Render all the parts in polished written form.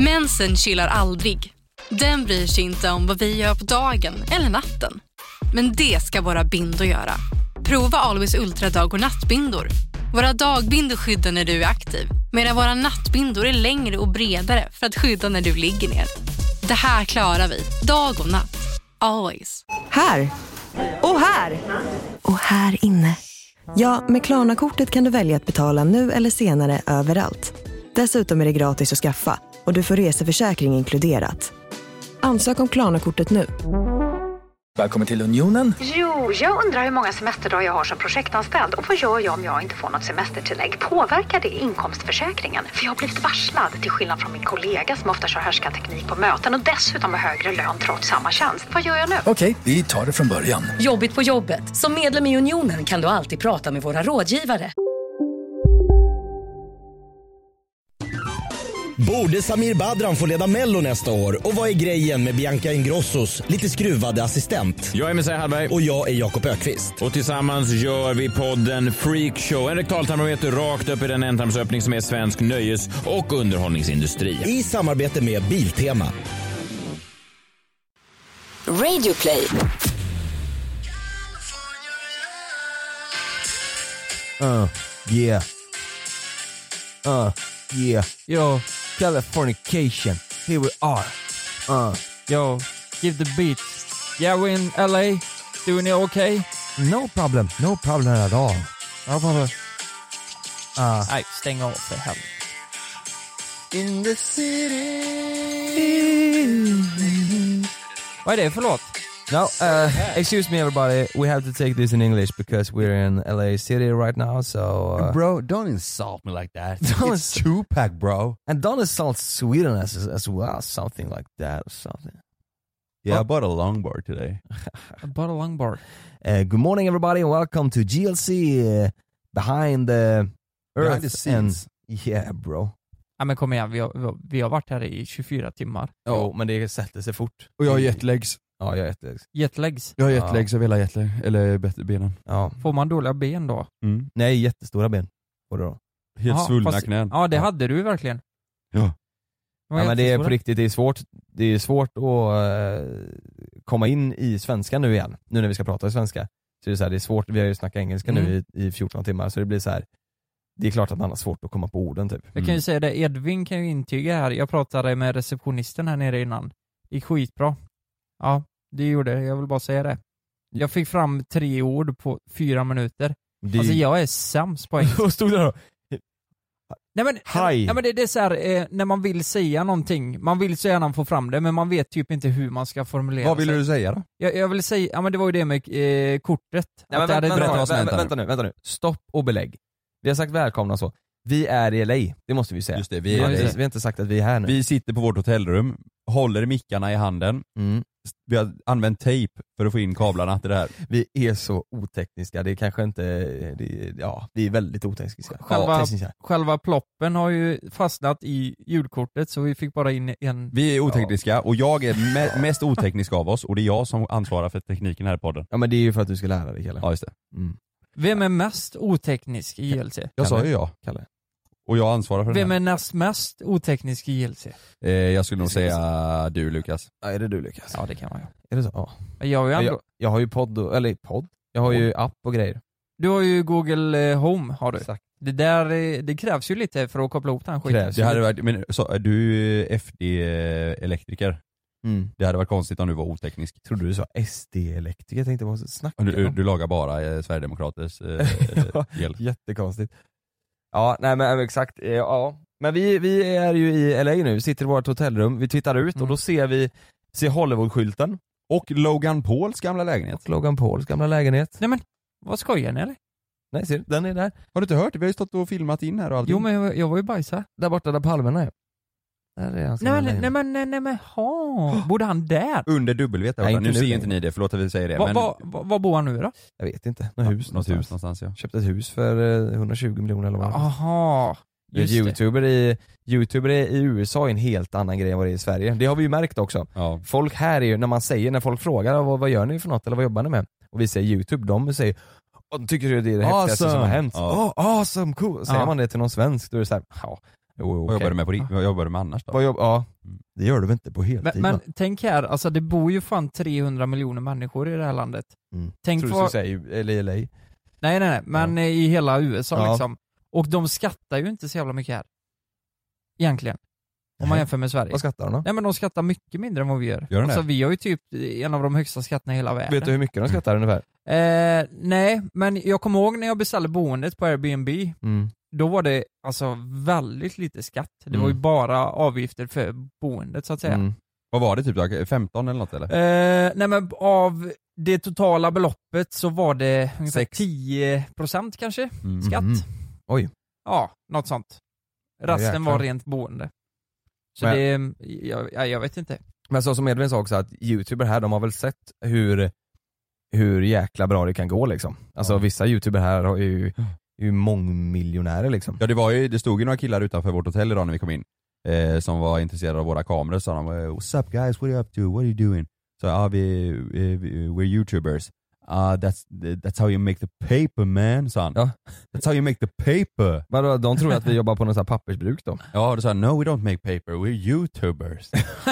Mensen chillar aldrig. Den bryr sig inte om vad vi gör på dagen eller natten. Men det ska våra bindor göra. Prova Always Ultra dag- och nattbindor. Våra dagbindor skyddar när du är aktiv, medan våra nattbindor är längre och bredare för att skydda när du ligger ner. Det här klarar vi, dag och natt. Always. Här! Och här! Och här inne. Ja, med Klarna-kortet kan du välja att betala nu eller senare överallt. Dessutom är det gratis att skaffa och du får reseförsäkring inkluderat. Ansök om Klarna-kortet nu. Välkommen till Unionen. Jo, jag undrar hur många semesterdagar jag har som projektanställd. Och vad gör jag om jag inte får något semestertillägg? Påverkar det inkomstförsäkringen? För jag har blivit varslad, till skillnad från min kollega som ofta kör härskarteknik på möten och dessutom har högre lön trots samma tjänst. Vad gör jag nu? Okej, vi tar det från början. Jobbigt på jobbet. Som medlem i Unionen kan du alltid prata med våra rådgivare. Borde Samir Badran få leda Mello nästa år? Och vad är grejen med Bianca Ingrossos lite skruvade assistent? Jag är Messiah Hallberg. Och jag är Jakob Ökvist. Och tillsammans gör vi podden Freak Show. En rektaltarmometer rakt upp i den ändtarmsöppning som är svensk nöjes- och underhållningsindustri. I samarbete med Biltema. Radio Play. Yeah. Yeah. Yo, Californication. Here we are. Yo, give the beats. Yeah, we're in LA. Doing it okay? No problem. No problem at all. No problem. Nej, stäng av för helvete. In the city. Vad är det för låt? No, excuse me everybody. We have to take this in English because we're in LA City right now, so... bro, don't insult me like that. It's Tupac, bro. And don't insult Sweden as well, something like that or something. Yeah, I bought a longboard today. I bought a longboard. Good morning everybody and welcome to GLC Behind the Earth. Behind the scenes. Yeah, bro. Ja, men kom igen, vi har varit här i 24 timmar. Jo, men det sätter sig fort. Och jag har jetlags. Ja, jag har jetlags. Jetlags? Jag har jetlags och vill ha jetlag. Eller benen. Ja. Får man dåliga ben då? Mm. Nej, jättestora ben. Får du då? Helt svullna knän. Ja, det hade du verkligen. Ja. Ja, men det är på riktigt, det är svårt att komma in i svenska nu igen. Nu när vi ska prata i svenska. Så det är så här, det är svårt, vi har ju snackat engelska nu i 14 timmar, så det blir så här. Det är klart att man har svårt att komma på orden typ. Jag kan ju säga det, Edvin kan ju intyga här. Jag pratade med receptionisten här nere innan. Det gick skitbra. Ja, det gjorde det. Jag vill bara säga det. Jag fick fram 3 ord på 4 minuter. Alltså jag är sämst på engelska. Vad stod det då? Nej men det är så här, när man vill säga någonting, man vill så gärna få fram det, men man vet typ inte hur man ska formulera. Vad ville du säga då? Jag vill säga, ja men det var ju det med kortet. Nej, vänta nu. Stopp och belägg. Vi har sagt välkomna så. Vi är i LA, det måste vi säga. Just det, vi har inte sagt att vi är här nu. Vi sitter på vårt hotellrum, håller mickarna i handen. Vi har använt tejp för att få in kablarna till det här. Vi är så otekniska, det är kanske inte, vi är väldigt otekniska. Själva ploppen har ju fastnat i ljudkortet, så vi fick bara in en... Vi är otekniska och jag är mest oteknisk av oss, och det är jag som ansvarar för tekniken här i podden. Ja, men det är ju för att du ska lära dig, Kalle. Ja, just det. Vem är mest oteknisk i JLC? Jag sa ju jag. Kalle. Och jag ansvarar för det. Vem är näst mest oteknisk i JLC? Jag skulle nog säga du, Lukas. Ja, är det du, Lukas? Ja, det kan man ju. Är det så? Ja. Jag har ju podd. Jag har ju app och grejer. Du har ju Google Home, har du. Exakt. Det krävs ju lite för att koppla ihop den skiten. Det hade varit, men så, du är FD-elektriker. Det hade varit konstigt om du var oteknisk. Trodde du sa SD-elektriker? Jag tänkte, vad snackar du lagar bara Sverigedemokraters hjälp. Jättekonstigt. Ja, nej men exakt. Ja. Men vi är ju i LA nu. Vi sitter i vårt hotellrum. Vi tittar ut och då ser vi Hollywood-skylten. Och Logan Pauls gamla lägenhet. Nej men, vad skojar ni eller? Nej, ser du? Den är där. Har du inte hört? Vi har ju stått och filmat in här och allt. Jo, men jag var ju bajsa. Där borta där palmerna är. Där är hans nej men, bodde han där? Under W. Nu ser inte ni det, förlåt att vi säger det. Vad bor han nu då? Jag vet inte. Något hus någonstans, ja. Köpte ett hus för 120 miljoner eller vad. Aha. YouTuber i USA är en helt annan grej än vad det är i Sverige. Det har vi ju märkt också. Ja. Folk här är ju, när folk frågar vad gör ni för något eller vad jobbar ni med? Och vi säger YouTube, de säger tycker du det är det häftigaste som har hänt? Awesome, cool. Säger man det till någon svensk, då är det så här, Vad jobbar du med vad jobbar du med annars då? Ja, det gör du väl inte på heltid? Men tänk här, alltså det bor ju fan 300 miljoner människor i det här landet. Tänk tror du skulle säga LA? Nej, men i hela USA liksom. Och de skattar ju inte så jävla mycket här. Egentligen. Om man jämför med Sverige. Vad skattar de då? Nej men de skattar mycket mindre än vad vi gör. Gör alltså, vi har ju typ en av de högsta skatterna i hela världen. Vet du hur mycket de skattar ungefär? Nej, men jag kommer ihåg när jag beställde boendet på Airbnb. Då var det alltså väldigt lite skatt. Det var ju bara avgifter för boendet så att säga. Vad var det typ då? 15 eller något eller? Nej men av det totala beloppet så var det ungefär 10% kanske skatt. Oj. Ja, något sånt. Resten var rent boende. Så men, jag vet inte. Men så som Edvin sa också, att YouTuber här, de har väl sett hur jäkla bra det kan gå liksom. Alltså vissa YouTuber här har ju mångmiljonärer liksom. Ja, det stod ju några killar utanför vårt hotell idag när vi kom in. Som var intresserade av våra kameror, så de what's up guys, what are you up to, what are you doing? Så we're YouTubers. That's how you make the paper man, sa han. Ja. That's how you make the paper. Men de tror att vi jobbar på något sånt här pappersbruk då. Ja, då sa han, no we don't make paper, we're YouTubers.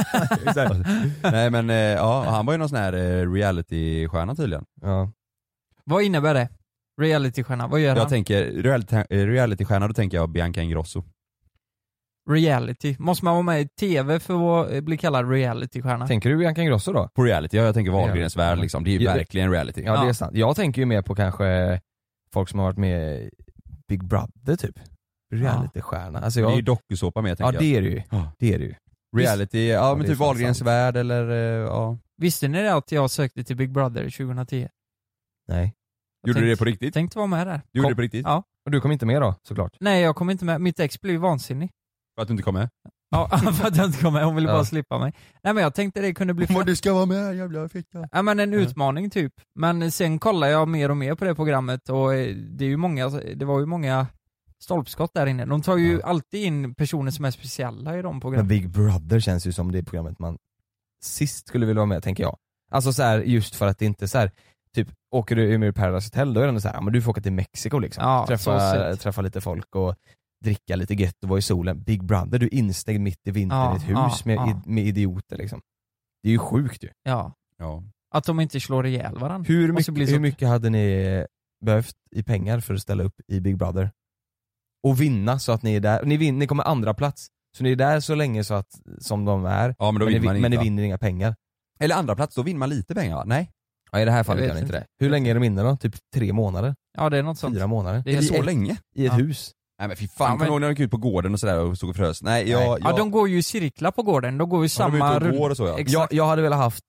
Nej men han var ju någon sån här reality-stjärna tydligen. Ja. Vad innebär det? Reality-stjärna, vad gör han? Jag tänker, reality-stjärna, då tänker jag Bianca Ingrosso. Reality. Måste man vara med i TV för att bli kallad reality-stjärna? Tänker du Bianca Ingrosso då? På reality, ja, jag tänker Wahlgrens värld liksom. Det är ju verkligen reality. Ja, det är sant. Jag tänker ju mer på kanske folk som har varit med i Big Brother typ. Reality-stjärna. Alltså det är ju dokusåpa med, tänker jag. Ja, det är det ju. Det är det ju. Reality, ja men typ Wahlgrens värld eller ja. Visste ni det att jag sökte till Big Brother 2010? Nej. Gjorde du det på riktigt? Tänkte vara med där. Du gjorde det på riktigt? Ja. Och du kom inte med då, såklart? Nej, jag kom inte med. Mitt ex blev vansinnig. För att du inte kom med? Ja, för att jag inte kom med. Hon ville bara slippa mig. Nej, men jag tänkte det kunde bli... Vad du ska vara med, jävla ficka. Ja, men en utmaning typ. Men sen kollar jag mer och mer på det programmet och det var ju många stolpskott där inne. De tar ju alltid in personer som är speciella i de programmen. Men Big Brother känns ju som det programmet man sist skulle vilja vara med, tänker jag. Alltså så här, just för att det inte är så här, typ, åker du med Paradise Hotel, då är det så här, ja, men du får åka till Mexiko liksom. Ja, träffa lite folk och dricka lite gött och vara i solen. Big Brother, du är instängd mitt i vintern i ett hus med idioter liksom. Det är ju sjukt ju. Ja. Att de inte slår ihjäl varandra. Hur mycket hade ni behövt i pengar för att ställa upp i Big Brother? Och vinna så att ni är där. Ni kommer andra plats. Så ni är där så länge så att, som de är. Ja, men ni vinner inga pengar. Eller andra plats, då vinner man lite pengar, va? Nej. Ja, i det här fallet gör ni inte det. Hur länge är de inne då? Typ 3 månader? Ja, det är något sånt. 4 månader. Det är så länge? I ett hus. Nej men fy fan, kommer du ihåg när de gick ut på gården och sådär och stod och frös? Nej, Ja, de går ju i cirklar på gården. De går ju samma rund. Exakt. Jag hade velat haft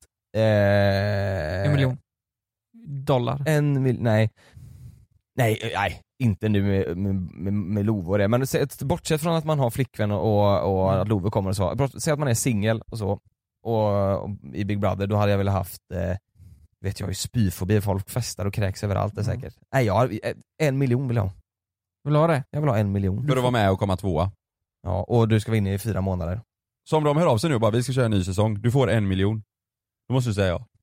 1 miljon dollar. Nej, inte nu med Love och det. Men bortsett från att man har flickvän och att Love kommer och så. Säg att man är singel och så. Och i Big Brother, då hade jag velat haft vet jag ju, spyfobi. Folk festar och kräks överallt, det säkert. Nej, jag har 1 miljon vill jag ha. Vill du ha det? Jag vill ha 1 miljon. För att vara med och komma 2. Ja, och du ska vara inne i 4 månader. Så om de hör av sig nu och bara, vi ska köra en ny säsong, du får 1 miljon. Då måste du säga ja.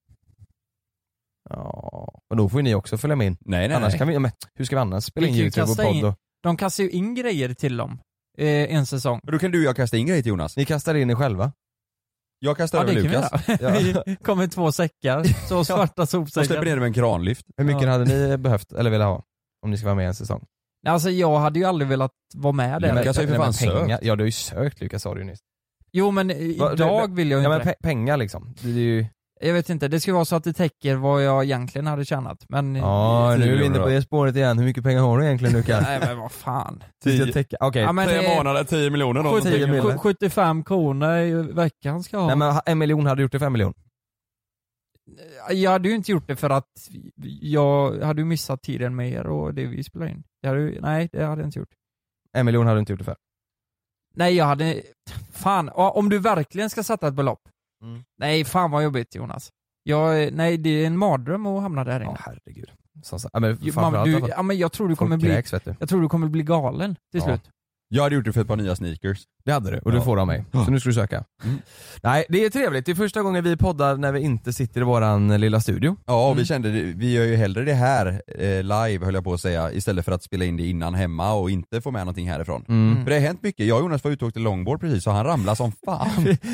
Ja, och då får ni också följa med in. Nej. Annars kan vi, men hur ska vi annars spela in YouTube och podd då? De kastar ju in grejer till dem en säsong. Och då kan du och jag kasta in grejer till Jonas. Ni kastar in er själva. Jag kastar över Lukas. Ja. Kommer 2 säckar, så svarta sopsäckar. Och släpper ner med en kranlyft. Hur mycket hade ni behövt, eller velat ha? Om ni ska vara med en säsong? Alltså jag hade ju aldrig velat vara med där. Lukas har ju för fan sökt. Ja, du har ju sökt, Lukas, sa du ju nyss. Jo, men idag vill jag ju inte. Men pengar liksom. Det är ju... Jag vet inte, det ska vara så att det täcker vad jag egentligen hade tjänat. Men ja, nu är vi inne på det spåret igen. Hur mycket pengar har du egentligen, Lukas? Nej, men vad fan. 10. Okej, 3 månader, 10 miljoner då. 75 kronor i veckan ska jag ha. Nej, men 1 miljon hade du gjort det 5 miljoner. Jag hade ju inte gjort det för att jag hade ju missat tiden med er och det vi spelar in. Nej, det hade jag inte gjort. 1 miljon hade du inte gjort det för? Nej, jag hade... Fan, om du verkligen ska sätta ett belopp. Nej, fan vad jobbigt, Jonas. Nej, det är en mardröm att hamna där inne. Herregud. Men jag tror du kommer bli... Kräks, vet du. Jag tror du kommer bli galen till slut. Jag hade gjort det för ett par nya sneakers. Det hade du, och du får av mig. Så nu ska du söka. Nej, det är trevligt. Det är första gången vi poddar när vi inte sitter i våran lilla studio. Ja, och vi kände vi gör ju hellre det här live, höll jag på att säga, istället för att spela in det innan hemma och inte få med någonting härifrån. För det har hänt mycket. Jag och Jonas var ute och åkte longboard precis, så han ramlade som fan.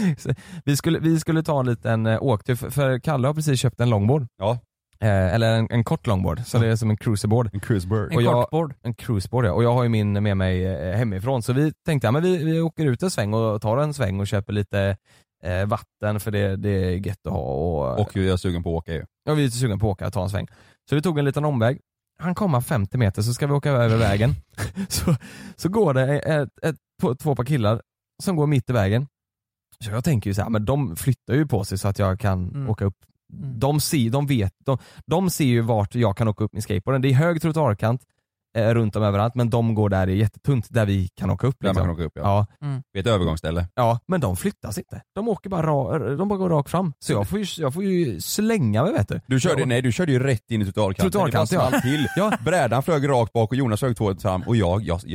vi skulle ta en liten åktur, för Kalle har precis köpt en longboard. Ja. Eller en kort longboard, så det är som en cruiseboard. En cruiseboard. En kortboard. En cruiseboard, ja. Och jag har ju min med mig hemifrån, så vi tänkte men vi åker ut en sväng och tar en sväng och köper lite vatten, för det är gött att ha. Och jag är sugen på att åka ju. Ja, vi är sugen på att åka och ta en sväng. Så vi tog en liten omväg. Han kommer 50 meter, så ska vi åka över vägen. så går det två par killar som går mitt i vägen. Så jag tänker ju så här, men de flyttar ju på sig så att jag kan åka upp. De ser ju vart jag kan åka upp min skateboarden. Det är hög trottoarkant runt om överallt, men de går där, det är jättetunt där vi kan åka upp. Där man kan åka upp, ja. Vid ett övergångsställe. Ja, men de flyttas inte. De åker bara går rakt fram. Så jag får ju slänga mig, vet du. Du körde ju rätt in i trottoarkanten. Ja. Till. Ja. Brädan flög rakt bak och Jonas flög 2 fram och jag grät.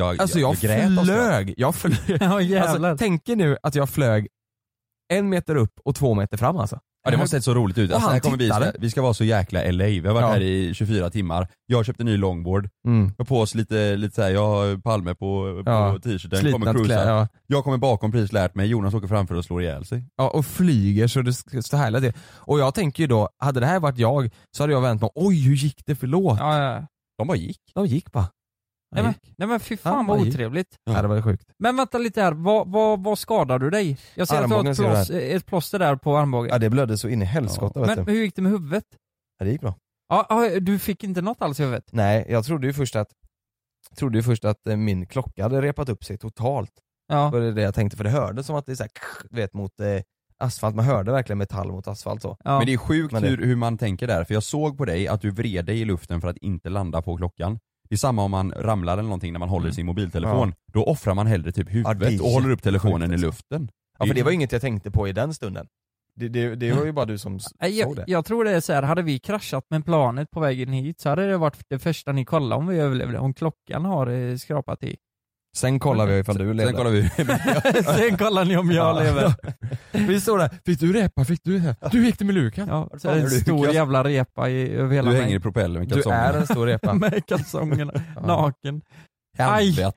Jag flög. Alltså, tänker nu att jag flög 1 meter upp och 2 meter fram alltså. Ja, det måste sett så roligt ut. Alltså, här kommer vi ska vara så jäkla LA. Vi har varit här i 24 timmar. Jag köpte en ny longboard. Jag på oss lite så här, jag har Palme på t-shirten, kommer cruisa. Jag kommer bakom, precis lärt mig. Jonas åker framför och slår ihjäl sig. Ja, och flyger så det står härligt det. Och jag tänker ju då, hade det här varit jag, så hade jag vänt mig, oj hur gick det, förlåt. Ja. De bara gick. De gick bara. Nej men fy fan vad otrevligt. Ja, det var sjukt. Men vänta lite här, vad skadar du dig? Jag ser att du har ett plåster där på armbågen. Ja, det blödde så in i helskotta. Men hur gick det med huvudet? Ja, det gick bra. Ja, du fick inte något alls i huvudet? Nej, jag trodde ju först att min klocka hade repat upp sig totalt. Ja. Det var det jag tänkte, för det hörde som att det är så här, vet, mot asfalt. Man hörde verkligen metall mot asfalt så. Ja. Men det är sjukt hur man tänker där, för jag såg på dig att du vred dig i luften för att inte landa på klockan. Det är samma om man ramlar eller någonting när man håller sin mobiltelefon. Då offrar man hellre typ huvudet och håller upp telefonen i luften. Ja, för det var inget jag tänkte på i den stunden. Det var ju bara du som såg det. Jag tror det är så här, hade vi kraschat med planet på vägen hit så hade det varit det första ni kollade om vi överlevde. Om klockan har skrapat i. Sen kollar vi ifall du lever. Sen kollar ni om jag lever. Vi står där, fick du repa? Du gick det med lukan. Ja, så är det en stor jävla repa över hela mig. Du hänger i propellen med kalsongerna. Du är en stor repa. Med kalsongerna, naken. Helvete.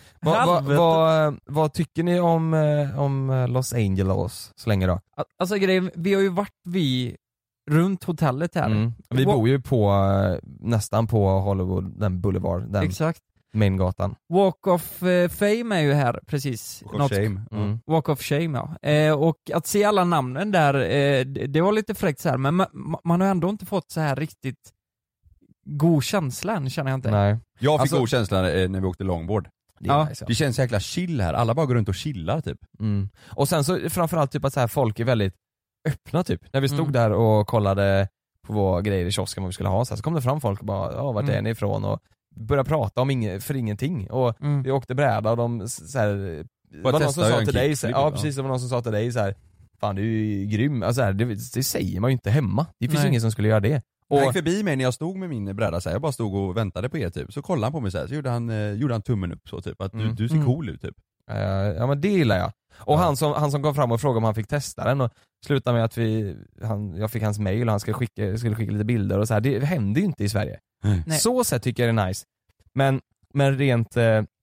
Vad tycker ni om Los Angeles så länge då? Alltså grejen, vi har ju varit runt hotellet här. Vi bor ju nästan på Hollywood, den Boulevard, den exakt. Maingatan. Walk of Fame är ju här precis. Walk of Shame, ja. Och att se alla namnen där, det var lite fräckt så här, men man har ändå inte fått så här riktigt god känsla än, känner jag inte. Nej. Jag fick god känsla när vi åkte longboard. Det känns jäkla chill här, alla bara går runt och chillar typ. Och sen så framförallt typ att så här, folk är väldigt öppna typ. När vi stod där och kollade på våra grejer i kiosken vad vi skulle ha, så kom det fram folk och bara, vart är ni ifrån? Och började prata om ingenting. Och vi åkte bräda och de så här, det var någon som sa till dig, precis, det var någon som sa till dig så här, fan du är ju grym. Alltså, det säger man ju inte hemma. Det finns ju ingen som skulle göra det. Och han gick förbi mig när jag stod med min bräda så här, jag bara stod och väntade på er typ. Så kollade han på mig så här, så gjorde han tummen upp så typ, att du ser cool ut typ. Ja men det gillar jag. Och han som kom fram och frågade om han fick testa den och slutade med att jag fick hans mail och han skulle skicka lite bilder och så här. Det händer ju inte i Sverige. Så sätt tycker jag det är nice. Men rent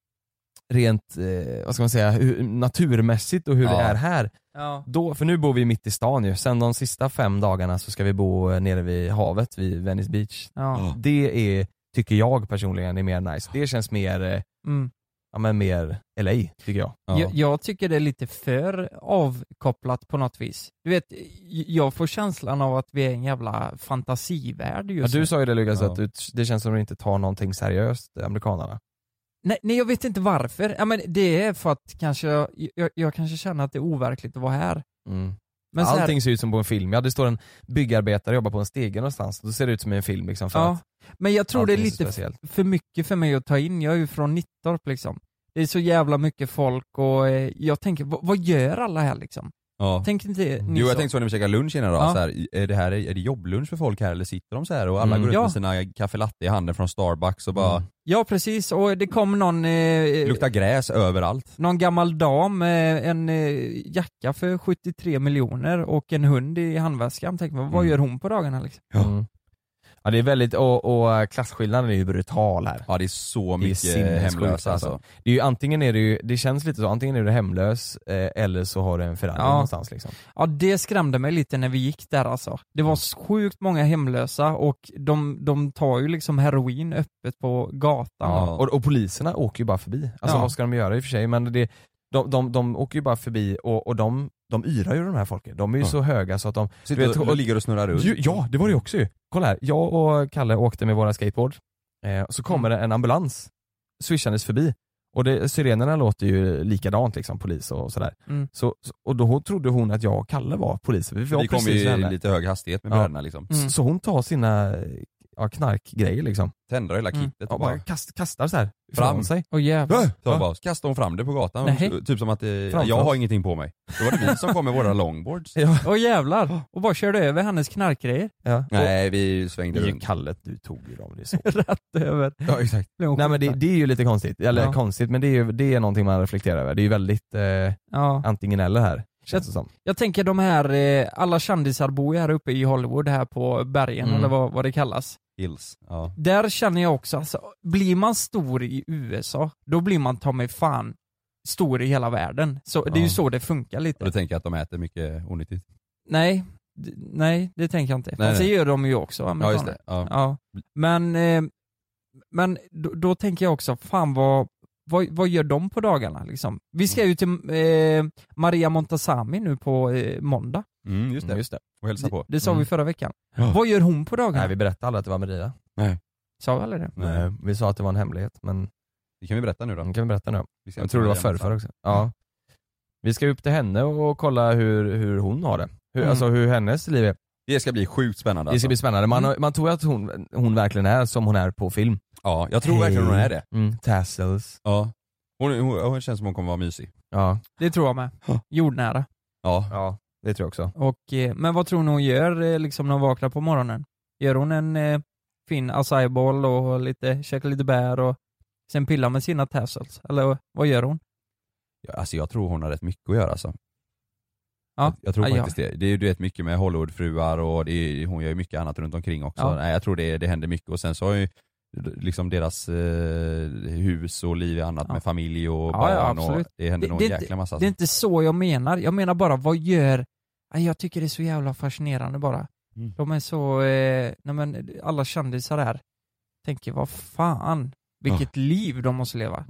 vad ska man säga, naturmässigt och hur det är här. Ja. Då, för nu bor vi mitt i stan ju. Sen de sista 5 dagarna så ska vi bo nere vid havet, vid Venice Beach. Ja. Det är, tycker jag personligen, är mer nice. Det känns mer mer LA, tycker jag. Jag tycker det är lite för avkopplat på något vis. Du vet, jag får känslan av att vi är en jävla fantasivärld just nu. Du sa ju det, Lukas, att det känns som att du inte tar någonting seriöst, amerikanerna. Nej, jag vet inte varför. Ja, men det är för att kanske jag kanske känner att det är overkligt att vara här. Men allting ser ut som på en film. Ja, det står en byggarbetare och jobbar på en stege någonstans. Då ser det ut som en film liksom, för att men jag tror det är lite för mycket för mig att ta in. Jag är ju från Nittorp liksom. Det är så jävla mycket folk och jag tänker, vad gör alla här liksom? Ja. Tänk inte ni Jo, jag så. tänkte så när vi käkade lunch innan idag, Ja. så här, är det jobblunch för folk här eller sitter de så här och alla går ut Ja. med sina kaffe latte i handen från Starbucks och bara Ja, precis. Och det kom någon... luktar gräs överallt. Någon gammal dam med en jacka för 73 miljoner och en hund i handväskan. Tänk mig, vad gör hon på dagarna liksom? Ja, det är väldigt, och klasskillnaden är ju brutal här. Ja, det är så Det är mycket sinnessjukt, hemlösa alltså. Det är ju antingen är det ju, det känns lite så, antingen är du hemlös eller så har du en Ferrari någonstans liksom. Ja, det skrämde mig lite när vi gick där alltså. Det var sjukt många hemlösa och de tar ju liksom heroin öppet på gatan. Ja. Och poliserna åker ju bara förbi. Alltså vad ska de göra i och för sig? Men de åker ju bara förbi och de yrar ju de här folken. De är ju så höga så att de... Och ligger och snurrar runt. Ja, det var det ju också ju. Kolla här, jag och Kalle åkte med våra skateboard. Så kommer det en ambulans swishandes förbi. Och sirenerna låter ju likadant liksom, polis och sådär. Och då trodde hon att jag och Kalle var poliser. Vi kom ju i lite hög hastighet med bröderna liksom. Så hon tar sina knarkgrejer liksom. Tänder hela kittet och bara kastar så här fram från sig. Så bara kastar hon fram det på gatan. Nej. Typ som att jag har ingenting på mig. Då var det vi som kom med våra longboards. Åh jävlar, och bara körde över hennes knarkgrejer. Nej, vi svängde runt. Kalle, du tog ju dem, det är så. Rätt över. Ja, exakt. Nej men det är ju lite konstigt, eller konstigt, men det är någonting man reflekterar över. Det är ju väldigt antingen eller här, känns det som. Jag tänker de här, alla kändisar bor ju här uppe i Hollywood, här på bergen eller vad det kallas. Hills, ja. Där känner jag också, alltså, blir man stor i USA, då blir man ta mig fan stor i hela världen. Så det är ju så det funkar lite. Och du tänker att de äter mycket onyttigt? Nej, det tänker jag inte. Fast det gör de ju också, amerikaner. Ja, just det. Ja. Men då tänker jag också, fan vad gör de på dagarna liksom? Vi ska ju till Maria Montazami nu på måndag. Just det. Och hälsa på. Det sa vi förra veckan. Vad gör hon på dagarna? Nej, vi berättade aldrig att det var Maria. Nej. Sa vi aldrig det? Nej, vi sa att det var en hemlighet, men... Det kan vi berätta nu då. Det kan vi berätta nu. Jag tror det var förr också. Ja. Vi ska upp till henne och kolla hur hon har det. Alltså hur hennes liv är. Det ska bli sjukt spännande. Det ska bli spännande. Man tror att hon verkligen är som hon är på film. Ja, jag tror verkligen hon är det. Tassels. Ja. Hon känns som hon kommer vara mysig. Ja. Det tror jag med. Jordnära. Ja, det tror jag också. Och, men vad tror ni hon gör liksom när hon vaknar på morgonen? Gör hon en fin acai-boll och käkar lite bär och sen pillar med sina tassels? Eller vad gör hon? Ja, alltså jag tror hon har rätt mycket att göra alltså. Ja. Jag tror faktiskt det. Det är ju rätt mycket med Hollywoodfruar och hon gör ju mycket annat runt omkring också. Ja. Nej, jag tror det händer mycket och sen så har ju liksom deras hus och liv och annat med familj och barn och det händer nog en jäkla massa. Det är inte så jag menar. Jag menar bara, vad gör... Jag tycker det är så jävla fascinerande bara. De är så... alla kändisar här tänker, vad fan, vilket liv de måste leva.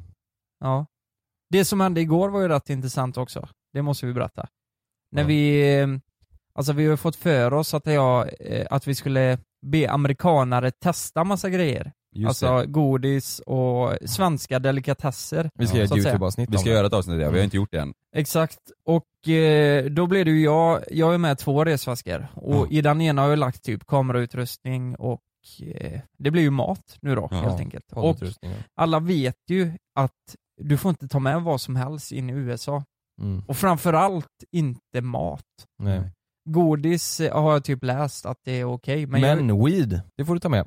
Ja. Det som hände igår var ju rätt intressant också. Det måste vi berätta. När vi har fått för oss att vi skulle be amerikanare testa massa grejer. Godis och svenska delikatesser. Vi ska göra ett YouTube-avsnitt. Vi ska göra ett avsnitt där, vi har inte gjort det än. Exakt, och då blev det ju jag är med 2 resväskor. Och i den ena har jag lagt typ kamerautrustning och det blir ju mat nu då, helt enkelt. Och alla vet ju att du får inte ta med vad som helst in i USA. Och framförallt inte mat. Nej. Godis har jag typ läst att det är okej. Men weed, det får du ta med.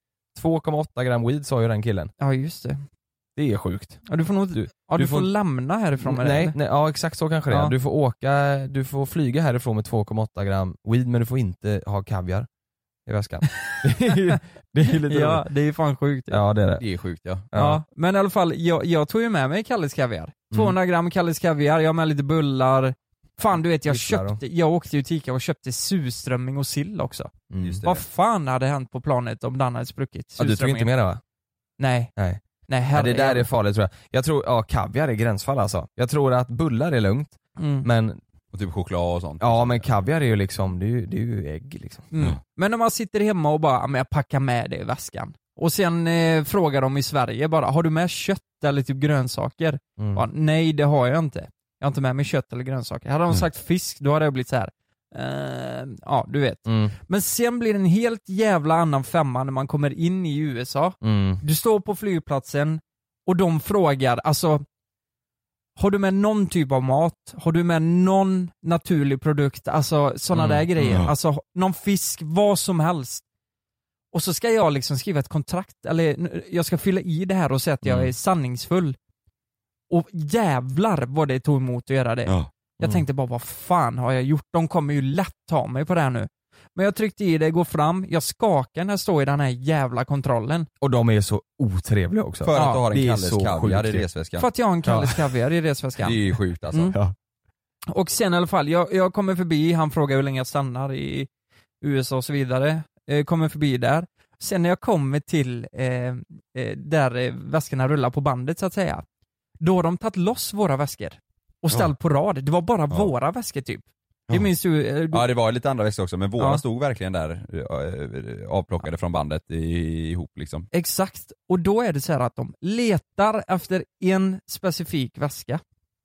2,8 gram weed sa ju den killen. Ja, just det. Det är sjukt. Ja, du får nog du får lämna härifrån med det. Nej, ja exakt så kanske det är. Du får flyga härifrån med 2,8 gram weed, men du får inte ha kaviar i väskan. det är lite ja, det är fan sjukt. Ja, det är det. Det är sjukt, ja. Men i alla fall, jag tog ju med mig Kalles kaviar. 200 gram Kalles kaviar, jag har med lite bullar. Fan, du vet, jag åkte ju till Ica och köpte surströmming och sill också. Vad fan hade hänt på planet om den hade spruckit? Ja, du tror inte mer det, va? Nej, ja, det där är farligt tror jag. Jag tror, kaviar är gränsfall alltså. Jag tror att bullar är lugnt, men... Och typ choklad och sånt. Ja, men kaviar är ju liksom, det är ju ägg liksom. Men när man sitter hemma och bara, jag packar med det i väskan. Och sen frågar de i Sverige bara, har du med kött eller typ grönsaker? Bara, nej, det har jag inte. Jag har inte med mig kött eller grönsaker. Hade de sagt fisk, då hade jag blivit så här. Ja, du vet. Men sen blir det en helt jävla annan femma när man kommer in i USA. Du står på flygplatsen och de frågar, alltså Har du med någon typ av mat? Har du med någon naturlig produkt? Alltså sådana där grejer. Alltså någon fisk, vad som helst. Och så ska jag liksom skriva ett kontrakt, eller jag ska fylla i det här och säga att jag är sanningsfull. Och jävlar vad det tog emot att göra det. Jag tänkte bara, vad fan har jag gjort? De kommer ju lätt ta mig på det här nu. Men jag tryckte i det, går fram, jag skakar när jag står i den här jävla kontrollen. Och de är så otrevliga också. För att du har en det är Kalles så kaviar sjukt. i resväskan. För att jag har en Kalles kaviar i resväskan. Det är ju sjukt alltså. Ja. Och sen i alla fall, jag kommer förbi, han frågar hur länge jag stannar i USA och så vidare. Kommer förbi där. Sen när jag kommer till där väskorna rullar på bandet så att säga, då har de tagit loss våra väskor och ställt på rad. Det var bara våra väskor typ. Det minns du? Ja, det var lite andra väskor också, men våra stod verkligen där avplockade från bandet ihop liksom. Exakt, och då är det så här att de letar efter en specifik väska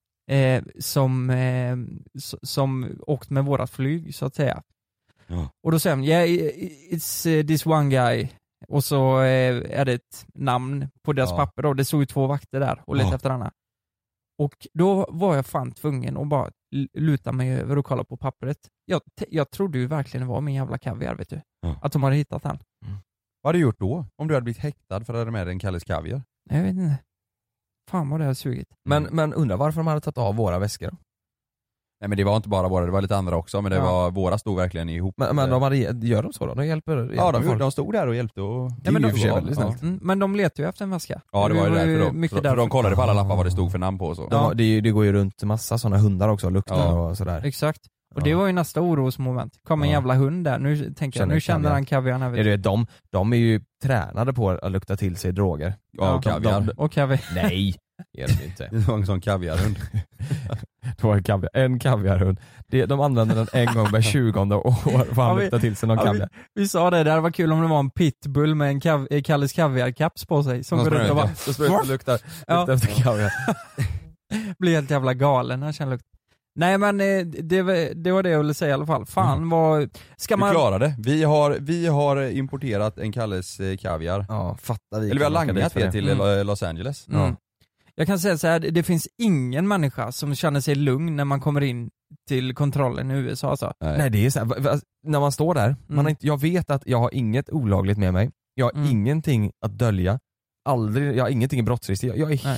som åkt med vårat flyg så att säga. Och då säger de, it's this one guy. Och så är det ett namn på deras papper då. Det stod ju 2 vakter där och letade efter Anna. Och då var jag fan tvungen att bara luta mig över och kolla på pappret. Jag trodde ju verkligen det var min jävla kaviar, vet du. Att de hade hittat den. Vad hade du gjort då? Om du hade blivit häktad för att ha med en Kalles kaviar? Jag vet inte. Fan vad det har sugit. Men undrar varför de hade tagit av våra väskor? Nej men det var inte bara våra, det var lite andra också, men det var, våra stod verkligen ihop. Men gör de så då? De hjälper ja, de stod där och hjälpte och... Det är ju för sig väldigt snällt. Men de letar ju efter en väska. Ja, det var ju därför då. Mycket för de kollade på alla lappar vad det stod för namn på och så. Ja, det går ju runt massa sådana hundar också, luktar och sådär. Exakt. Och det var ju nästa orosmoment. Kom en jävla hund där. Nu tänker jag, nu känner han kaviarn här. Ja, de är ju tränade på att lukta till sig droger. Ja, och kaviar. Och kaviar. Nej, är de inte. Det var en sån kaviarhund. Det var en kaviarhund. De använder den en gång per 20:e år för att lukta till sig någon kaviar. Vi sa det, där var kul om det var en pitbull med en Kalles kaviarkaps på sig. Som går runt och bara... luktar efter kaviar. Blir helt jävla galen när jag känner lukt. Nej men det var det jag ville säga i alla fall. Fan vad... Ska man... Vi klarade. Vi har importerat en Kalles kaviar. Ja, fattar vi. Eller vi har langat det till Los Angeles. Jag kan säga så här, det finns ingen människa som känner sig lugn när man kommer in till kontrollen i USA alltså. Nej, det är så här, när man står där, jag vet att jag har inget olagligt med mig. Jag har ingenting att dölja. Jag har ingenting i brottsregister.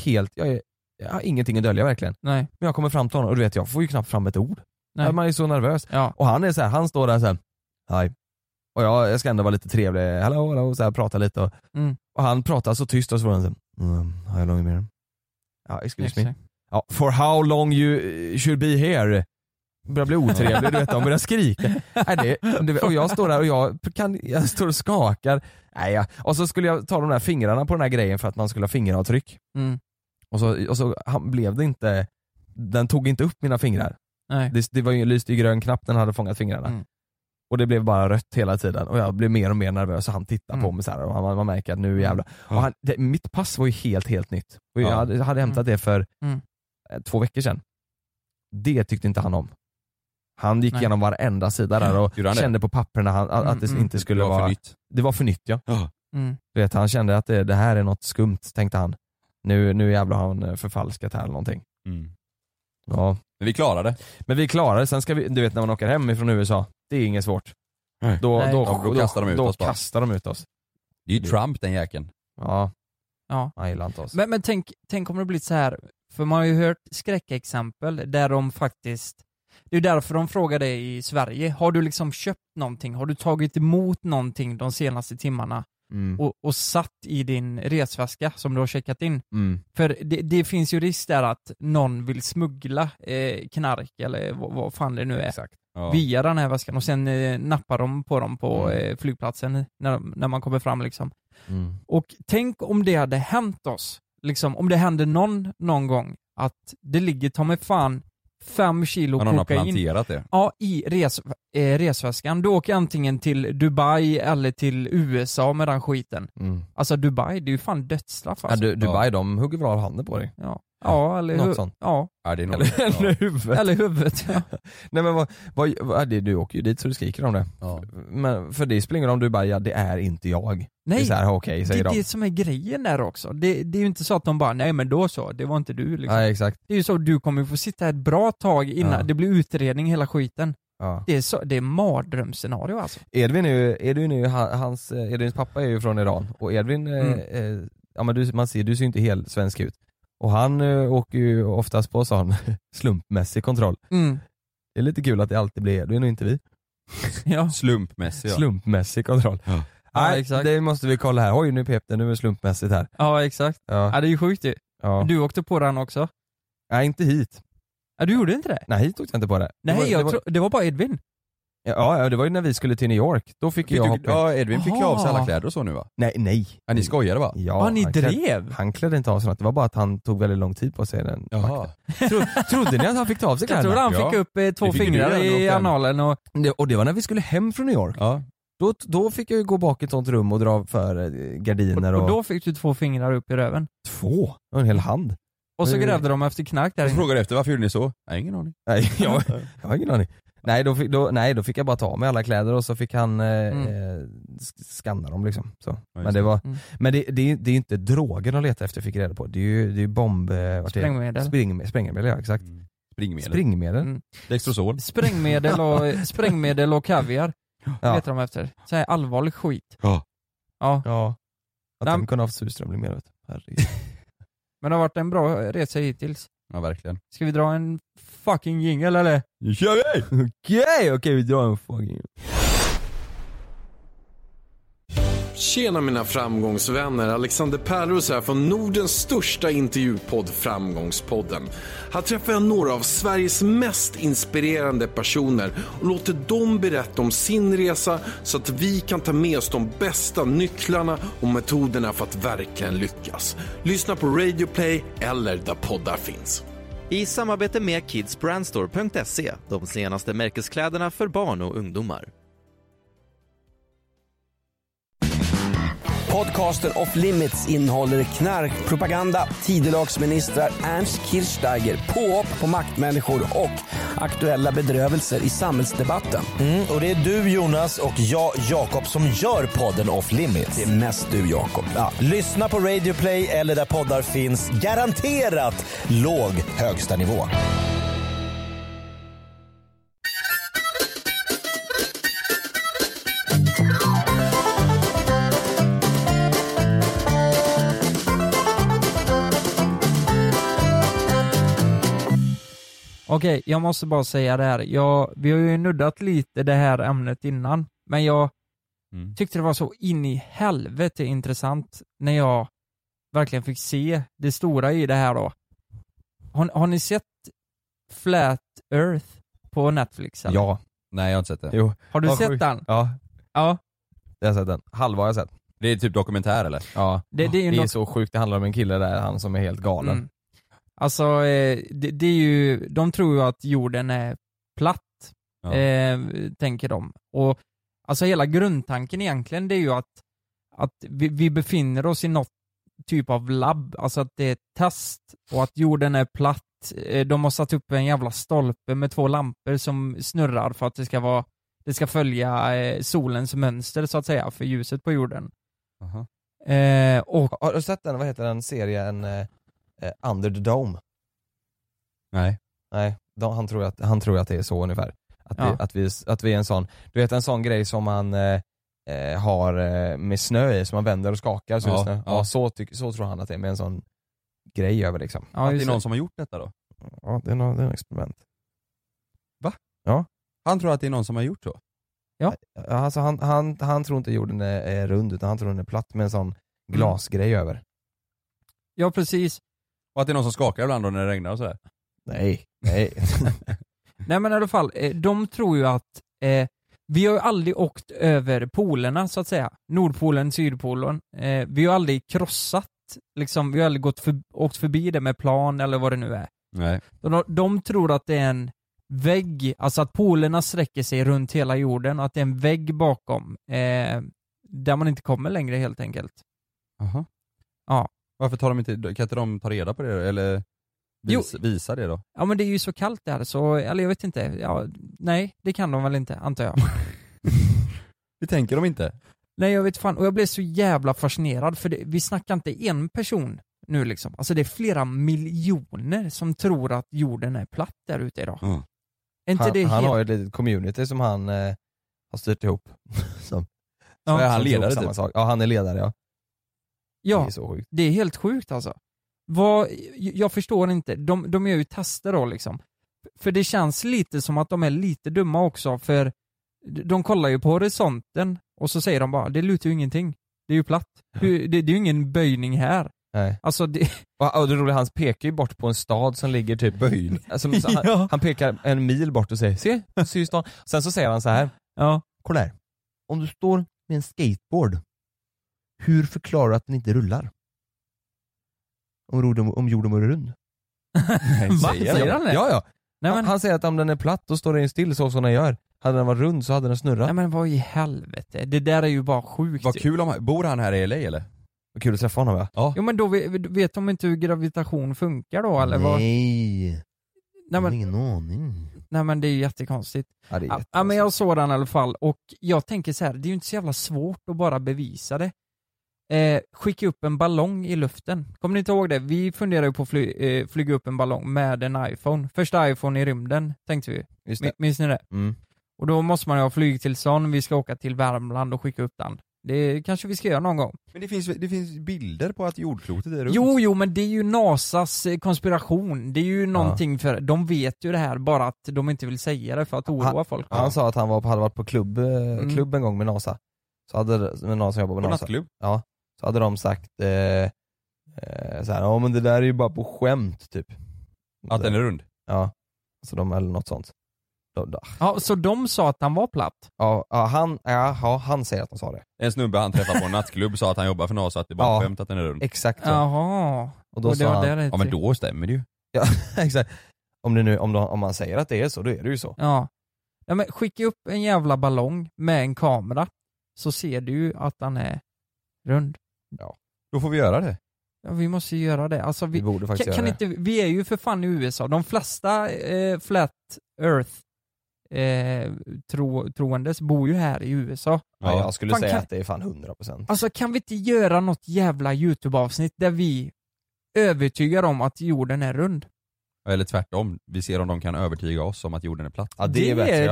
Jag har ingenting att dölja verkligen. Nej. Men jag kommer fram till honom och du vet, jag får ju knappt fram ett ord. Nej. Man är så nervös. Ja. Och han är så här, han står där så här, hej. Och jag ska ändå vara lite trevlig, hello, så här, prata lite och han pratar så tyst och så var han så how long are you? Ja, excuse me. Ja, for how long you should be here? Börjar bli otrevlig, du vet, de börjar skrika. Och jag står där och jag står och skakar. Och så skulle jag ta de där fingrarna på den här grejen för att man skulle ha fingeravtryck. Och så blev det inte, den tog inte upp mina fingrar. Nej. Det var ju lyst i grön knapp, den hade fångat fingrarna. Och det blev bara rött hela tiden och jag blev mer och mer nervös och han tittar på mig så här och man märker att nu jävla. Och mitt pass var ju helt nytt. Och jag hade hämtat det för 2 veckor sedan. Det tyckte inte han om. Han gick igenom varenda sida där och kände på papperna att det inte skulle vara för nytt. Det var för nytt, ja. Du vet, han kände att det här är något skumt, tänkte han. Nu jävlar har han förfalskat här eller någonting. Ja. Men vi klarade. Sen ska vi, du vet när man åker hem ifrån USA, det är inget svårt. Då kastar de ut oss. Det är ju Trump den jäkeln. Ja. Han gillar inte oss. Men tänk om det blir så här, för man har ju hört skräckexempel där de faktiskt, det är därför de frågar dig i Sverige, har du liksom köpt någonting, har du tagit emot någonting de senaste timmarna och satt i din resväska som du har checkat in? För det finns ju risk där att någon vill smuggla knark eller vad fan det nu är. Exakt. Via den här väskan och sen nappar de på dem på flygplatsen när man kommer fram liksom. Och tänk om det hade hänt oss, liksom, om det hände någon gång att det ligger ta mig fan 5 kilo kokain. Någon har planterat det. Ja, i resväskan. Du åker antingen till Dubai eller till USA med den skiten. Alltså Dubai, det är ju fan dödsstraff alltså. Dubai, de hugger väl av handen på dig. Ja. Ja, eller något sånt. Ja. Ja, det är nog, Eller huvudet. Eller huvudet, ja. Nej men du åker ju dit så du skriker om det. Ja. Men för det spelar ingen roll om du bara, ja det är inte jag. Nej, det är så här, okej, säger det är de. det som är grejen där också. Det är ju inte så att de bara, nej men då så, det var inte du liksom. Nej, exakt. Det är ju så, du kommer få sitta ett bra tag innan det blir utredning hela skiten. Ja. Det är mardrömsscenario alltså. Edvins pappa är ju från Iran och Edvin, ja men du ser ju inte helt svensk ut. Och han åker ju oftast på sån slumpmässig kontroll. Det är lite kul att det alltid blir Edvin och inte vi. Ja. Slumpmässig kontroll. Ja. Nej, exakt. det måste vi kolla här. Oj, nu pep det, nu är det slumpmässigt här. Ja, exakt. Ja, det är ju sjukt ju. Ja. Du åkte på den också? Nej, inte hit. Ja, du gjorde inte det? Nej, hit åkte jag inte på det. Nej, det var bara Edvin. Ja, det var ju när vi skulle till New York. Då fick jag hoppa in. Ja, Edvin fick ju av sig alla kläder och så nu va? Nej. Ja, ni skojade va? Ja, ni drev? Han klädde inte av sig något. Det var bara att han tog väldigt lång tid på sig den. Jaha. Trodde ni att han fick ta av sig Jag kläderna? tror han fick upp 2 fingrar i analen och det var när vi skulle hem från New York. Ja. Då fick jag ju gå bak i ett sånt rum och dra för gardiner och... Och då fick du 2 fingrar upp i röven? 2? Och en hel hand. Och så grävde de efter knark där Jag inne. frågade efter, varför gjorde ni så? Nej, ingen aning. Nej, jag har ingen aning. Nej, då fick jag bara ta med alla kläder och så fick han skanna dem liksom. Så. Men det var, men det är inte droger de letar efter, fick jag reda på. Det är ju bomb... Sprängmedel. Sprängmedel, ja exakt. Sprängmedel. Dextrosol. Sprängmedel och kaviar. Letar de efter. Så här allvarlig skit. Ja. Att de kunde ha haft surströmming med, vet du. Herregud. Men det har varit en bra resa hittills. Ja, verkligen. Ska vi dra en fucking jingle eller? Nu kör vi! Okej, vi drar en fucking... Tjena mina framgångsvänner, Alexander Pärlros här från Nordens största intervjupodd Framgångspodden. Här träffar jag några av Sveriges mest inspirerande personer och låter dem berätta om sin resa så att vi kan ta med oss de bästa nycklarna och metoderna för att verkligen lyckas. Lyssna på Radio Play eller där poddar finns. I samarbete med kidsbrandstore.se, de senaste märkeskläderna för barn och ungdomar. Podcasten Off Limits innehåller knarkpropaganda, tidelagsministrar, Ernst Kirchsteiger, påhopp på maktmänniskor och aktuella bedrövelser i samhällsdebatten. Och det är du Jonas och jag Jakob som gör podden Off Limits. Det är mest du Jakob. Ja, lyssna på Radio Play eller där poddar finns. Garanterat låg högsta nivå. Okej, jag måste bara säga det här. Vi har ju nuddat lite det här ämnet innan, men jag tyckte det var så in i helvete intressant när jag verkligen fick se det stora i det här då. Har ni sett Flat Earth på Netflix? Eller? Ja. Nej, jag har inte sett det. Jo. Har du sett den? Ja. Ja. Jag har sett den. Halva har jag sett. Det är typ dokumentär eller? Ja. Det är så sjukt. Det handlar om en kille där, han som är helt galen. Alltså, det är ju, de tror ju att jorden är platt, tänker de. Och alltså hela grundtanken egentligen, det är ju att vi befinner oss i något typ av labb, alltså att det är ett test och att jorden är platt. De har satt upp en jävla stolpe med 2 lampor som snurrar för att det ska följa solens mönster så att säga för ljuset på jorden. Och har du sett den, vad heter den serien Under the Dome? Nej, han tror att det är så ungefär. Att vi är en sån, du vet en sån grej som man har med snö i, som man vänder och skakar så snö. Ja, så tror han att det är, med en sån grej över liksom. Ja, att det är någon som har gjort detta då? Ja, det är en experiment. Va? Ja. Han tror att det är någon som har gjort så? Ja. Alltså han tror inte jorden är rund, utan han tror den är platt med en sån glasgrej över. Ja, precis. Och att det är någon som skakar ibland då när det regnar och sådär? Nej. Nej, men i alla fall, de tror ju att vi har ju aldrig åkt över polerna så att säga. Nordpolen, Sydpolen. Vi har aldrig krossat, liksom, vi har aldrig åkt förbi det med plan eller vad det nu är. Nej. De tror att det är en vägg, alltså att polerna sträcker sig runt hela jorden och att det är en vägg bakom där man inte kommer längre helt enkelt. Aha. Ja. Varför kan inte de ta reda på det eller? Visa det då. Ja men det är ju så kallt där så, eller jag vet inte. Ja, nej, det kan de väl inte, antar jag. Det tänker de inte. Nej jag vet fan, och jag blev så jävla fascinerad för vi snackar inte en person nu liksom. Alltså det är flera miljoner som tror att jorden är platt där ute idag. Mm. Han har ju ett litet community som han har styrt ihop. Som, ja, är han ledare typ? Ja, han är ledare, ja. Ja, det är så sjukt. Det är helt sjukt alltså. Jag förstår inte, de gör ju tester då liksom. För det känns lite som att de är lite dumma också, för de kollar ju på horisonten och så säger de bara, det lutar ju ingenting. Det är ju platt. Det är ju ingen böjning här. Nej. Alltså det... Och det roliga, han pekar ju bort på en stad som ligger typ böjning. Alltså, han pekar en mil bort och säger, se stan. Sen så säger han så här. Ja. Kolla här. Om du står med en skateboard, hur förklarar du att den inte rullar? Om jorden var rund. Säger han det? Ja. Nej, men... Han säger att om den är platt då står den still så som den gör. Hade den varit rund så hade den snurrat. Nej men vad i helvete. Det där är ju bara sjukt. Vad kul om bor han här i LA eller? Vad kul att träffa honom, ja. Jo men då vet de inte hur gravitation funkar då eller vad? Nej men ingen aning. Nej men det är ju jättekonstigt. Ja, det är ja men jag såg den i alla fall och jag tänker så här, det är ju inte så jävla svårt att bara bevisa det. Skicka upp en ballong i luften. Kommer ni inte ihåg det? Vi funderar ju på att flyga upp en ballong med en iPhone. Första iPhone i rymden, tänkte vi. Minns ni det? Mm. Och då måste man ju ha flygtillstånd. Vi ska åka till Värmland och skicka upp den. Det kanske vi ska göra någon gång. Men det finns bilder på att jordklotet är runt. Jo, men det är ju NASAs konspiration. Det är ju någonting för... De vet ju det här, bara att de inte vill säga det för att oroa folk. Han sa att han hade varit på klubb en gång med NASA. Så hade någon som jobbade med NASA. Nattklubb? Ja. Så hade de sagt så här, ja men det där är ju bara på skämt typ. Att den är rund? Ja. Så eller något sånt. Ja, så de sa att han var platt? Ja, han säger att de sa det. En snubbe han träffade på en nattklubb sa att han jobbar för NASA, att det är bara skämt att den är rund. Exakt så. Jaha. Och då sa han, ja men då stämmer det ju. Ja, exakt. Om man säger att det är så, då är det ju så. Ja. Ja men skicka upp en jävla ballong med en kamera, så ser du ju att han är rund. Ja. Då får vi göra det. Ja, vi måste ju göra det. Alltså vi borde faktiskt göra det. Vi är ju för fan i USA. De flesta flat earth troendes bor ju här i USA. Ja, jag skulle säga att det är fan 100%. Alltså kan vi inte göra något jävla YouTube-avsnitt där vi övertygar om att jorden är rund? Eller tvärtom. Vi ser om de kan övertyga oss om att jorden är platt. Ja, det är bättre, ja.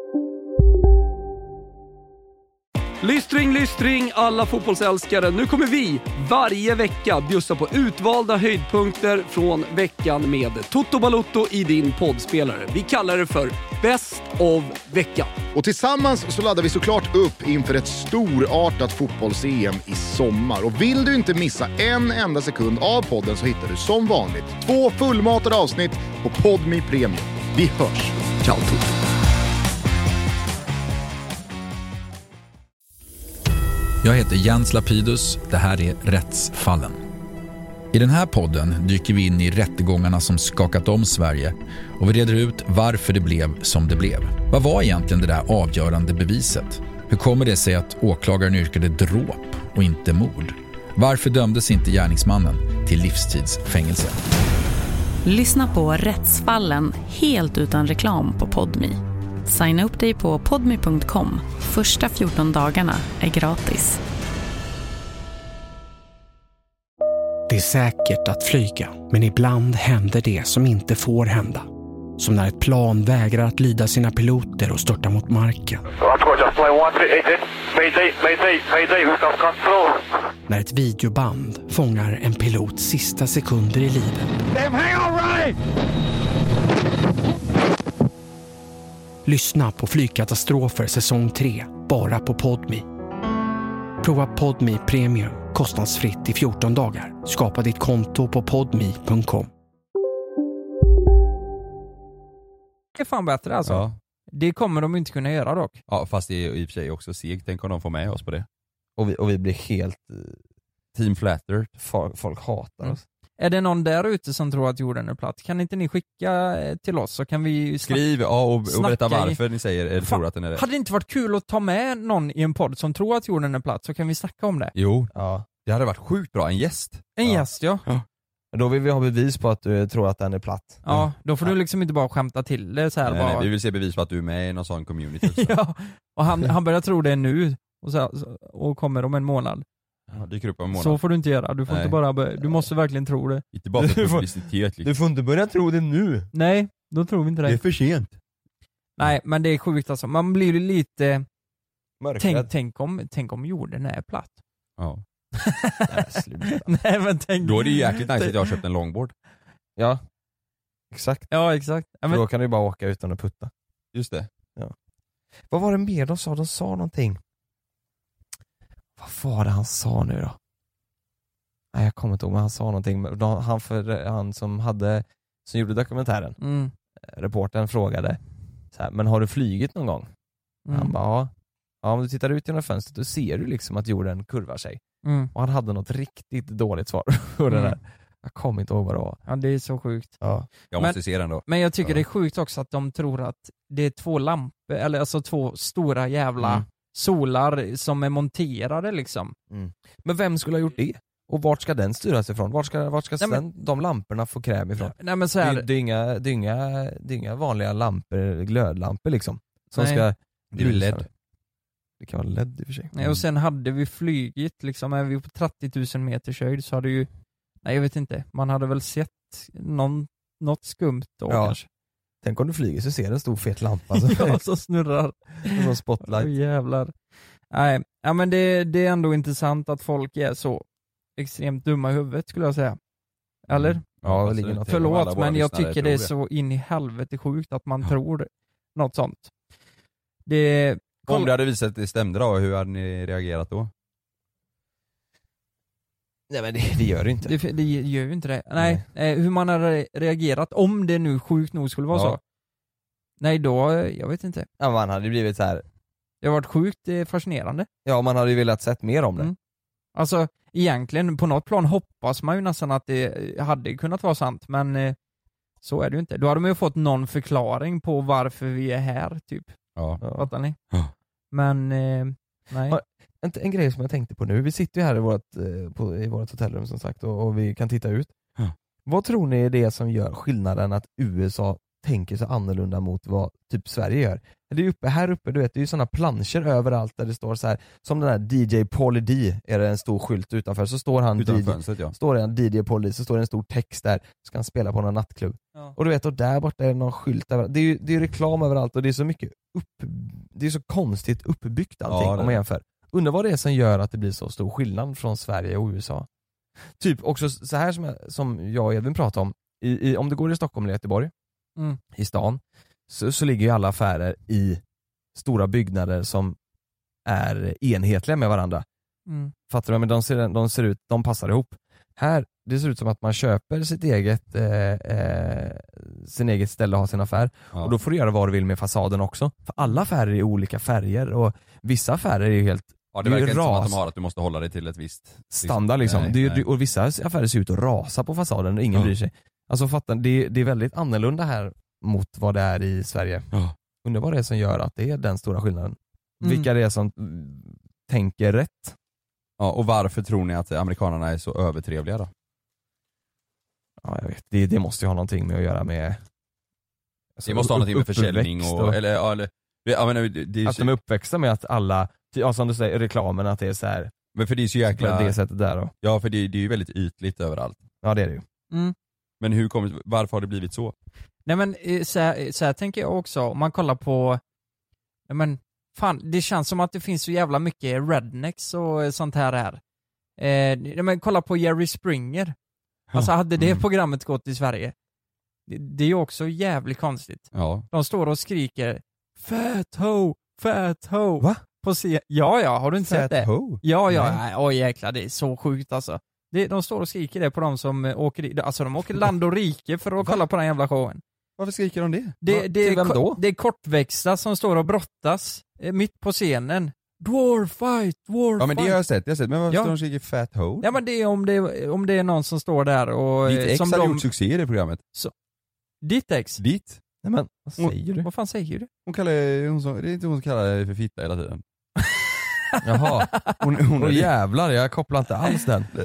Lystring alla fotbollsälskare. Nu kommer vi varje vecka bjussa på utvalda höjdpunkter från veckan med Toto Balotto i din poddspelare. Vi kallar det för Best of veckan. Och tillsammans så laddar vi såklart upp inför ett storartat fotbolls-EM i sommar. Och vill du inte missa en enda sekund av podden så hittar du som vanligt 2 fullmatade avsnitt på Podme Premium. Vi hörs. Ciao Toto. Jag heter Jens Lapidus, det här är Rättsfallen. I den här podden dyker vi in i rättegångarna som skakat om Sverige och vi reder ut varför det blev som det blev. Vad var egentligen det där avgörande beviset? Hur kommer det sig att åklagaren yrkade dråp och inte mord? Varför dömdes inte gärningsmannen till livstidsfängelse? Lyssna på Rättsfallen helt utan reklam på Podme. Signa upp dig på podme.com. Första 14 dagarna är gratis. Det är säkert att flyga, men ibland händer det som inte får hända. Som när ett plan vägrar att lyda sina piloter och störtar mot marken. När ett videoband fångar en pilots sista sekunder i livet. Lyssna på Flygkatastrofer säsong 3, bara på Podme. Prova Podme Premium kostnadsfritt i 14 dagar. Skapa ditt konto på podme.com. Det är fan bättre alltså. Ja. Det kommer de inte kunna göra dock. Ja, fast det är i och för sig också segt. Tänk om de får med oss på det. Och vi blir helt Team Flatter. Folk hatar oss. Är det någon där ute som tror att jorden är platt? Kan inte ni skicka till oss så kan vi skriv och berätta varför ni säger eller tror att den är det. Hade det inte varit kul att ta med någon i en podd som tror att jorden är platt så kan vi snacka om det? Jo, det hade varit sjukt bra. En gäst. En gäst, ja. Men då vill vi ha bevis på att du tror att den är platt. Ja, då får du liksom inte bara skämta till det så här. Nej, bara... nej, vi vill se bevis på att du är med i någon sån community. Så. Ja, och han börjar tro det nu och kommer om en månad. Ja, dyker upp om en månad. Så får du inte göra, du får inte bara du måste verkligen tro det. Inte bara för publicitet. Du får inte börja tro det nu. Nej, då tror vi inte det. Det är för sent. Nej, men det är sjukt alltså. Man blir ju lite... Mörkrädd. Tänk om jorden är platt. Ja. Nej, men tänk... Då är det ju jäkligt nice att jag har köpt en longboard. Ja, exakt. Ja, exakt. Ja, men... Då kan du bara åka utan att putta. Just det. Ja. Vad var det mer de sa? De sa någonting. Vad var det han sa nu då? Nej, jag kommer inte ihåg, men han sa någonting. Han som gjorde dokumentären, reportern frågade så här, men har du flygit någon gång? Han bara, ja, om du tittar ut genom fönstret då ser du liksom att jorden kurvar sig. Och han hade något riktigt dåligt svar på det där. Jag kommer inte ihåg vad det var. Ja, det är så sjukt. Ja. Jag måste se den då. Men jag tycker det är sjukt också att de tror att det är 2 lampor, eller alltså 2 stora jävla solar som är monterade liksom. Men vem skulle ha gjort det? Och vart ska den styras ifrån? Vart ska de lamporna få kräm ifrån? Nej, men så här... det är inga vanliga lampor, glödlampor liksom. Som Nej. ska... Det är LED. Det kan vara LED i och för sig. Nej, och sen hade vi flygit liksom, är vi på 30 000 meters höjd så hade ju, nej jag vet inte, man hade väl sett något skumt då kanske. Tänk om du flyger så ser en stor fet lampa så, ja, så snurrar. Som spotlight. Jävlar. Nej, ja, men det är ändå intressant att folk är så extremt dumma i huvudet skulle jag säga. Eller? Ja, det ligger något. Förlåt, men jag tycker det är så in i helvete sjukt att man tror något sånt. Om det hade visat att det stämde då, hur hade ni reagerat då? Nej, men det gör det inte. Det gör ju inte det. Nej, hur man hade reagerat om det nu sjukt nog skulle vara så. Nej, då, jag vet inte. Ja, man hade blivit så här. Det har varit sjukt fascinerande. Ja, man hade ju velat sett mer om det. Alltså, egentligen på något plan hoppas man ju nästan att det hade kunnat vara sant, men så är det ju inte. Då hade man ju fått någon förklaring på varför vi är här, typ. Ja. Fattar ni? Ja. Men, nej. En grej som jag tänkte på nu, vi sitter ju här i vårt hotellrum som sagt och vi kan titta ut. Vad tror ni är det som gör skillnaden att USA tänker så annorlunda mot vad typ Sverige gör? Det är här uppe, du vet, det är ju sådana planscher överallt där det står så här, som den här DJ Pauly D, är det en stor skylt utanför, så står han står det en DJ Pauly D, så står det en stor text där, ska han spela på någon nattklubb. Ja. Och du vet, och där borta är det någon skylt överallt. Det är ju reklam överallt och det är så mycket det är så konstigt uppbyggt allting om man jämför. Undrar vad det är som gör att det blir så stor skillnad från Sverige och USA. Typ också så här som jag och Edvin pratade om, om det går i Stockholm eller Göteborg, i stan, så ligger ju alla affärer i stora byggnader som är enhetliga med varandra. Fattar du? Men de ser ut, de passar ihop. Här, det ser ut som att man köper sin eget ställe och har sin affär. Ja. Och då får du göra vad du vill med fasaden också. För alla affärer är olika färger och vissa affärer är ju helt... Ja, det verkar inte som att de har att du måste hålla dig till ett visst standard liksom. Nej. Och vissa affärer ser ut att rasa på fasaden och ingen bryr sig. Alltså fattar, det är väldigt annorlunda här mot vad det är i Sverige. Undrar vad det är som gör att det är den stora skillnaden. Vilka det är som tänker rätt. Ja, och varför tror ni att amerikanerna är så övertrevliga då? Ja, jag vet. Det måste ju ha någonting med att göra med... Alltså, det måste ha någonting med försäljning och... att de är uppväxta med att alla... Ja, som du säger, reklamen, att det är så här... Men för det är så jäkla... På det sättet där då. Ja, för det är ju väldigt ytligt överallt. Ja, det är det ju. Men varför har det blivit så? Nej, men så här tänker jag också. Om man kollar på... Men fan, det känns som att det finns så jävla mycket rednecks och sånt här. Men kolla på Jerry Springer. Alltså hade det programmet gått i Sverige, det är ju också jävligt konstigt. Ja. De står och skriker fat ho. Va? På ja, har du inte sett det? Ho? Ja, oj jäklar, det är så sjukt alltså. De står och skriker det på de som åker, alltså de åker land och rike för att kolla på den jävla showen. Varför skriker de det? Det är kortväxta som står och brottas mitt på scenen. Dwarf fight. Ja, men det har jag sett. Men varför står de och skriker fat ho? Ja, men det är om det är någon som står där och... Ditt ex har gjort succé i det programmet. Ditt ex? Ditt? Nej, men vad säger du? Vad fan säger du? Det är inte hon som kallar det för fitta hela tiden. Jaha, hon jävlar, jag kopplar inte alls den.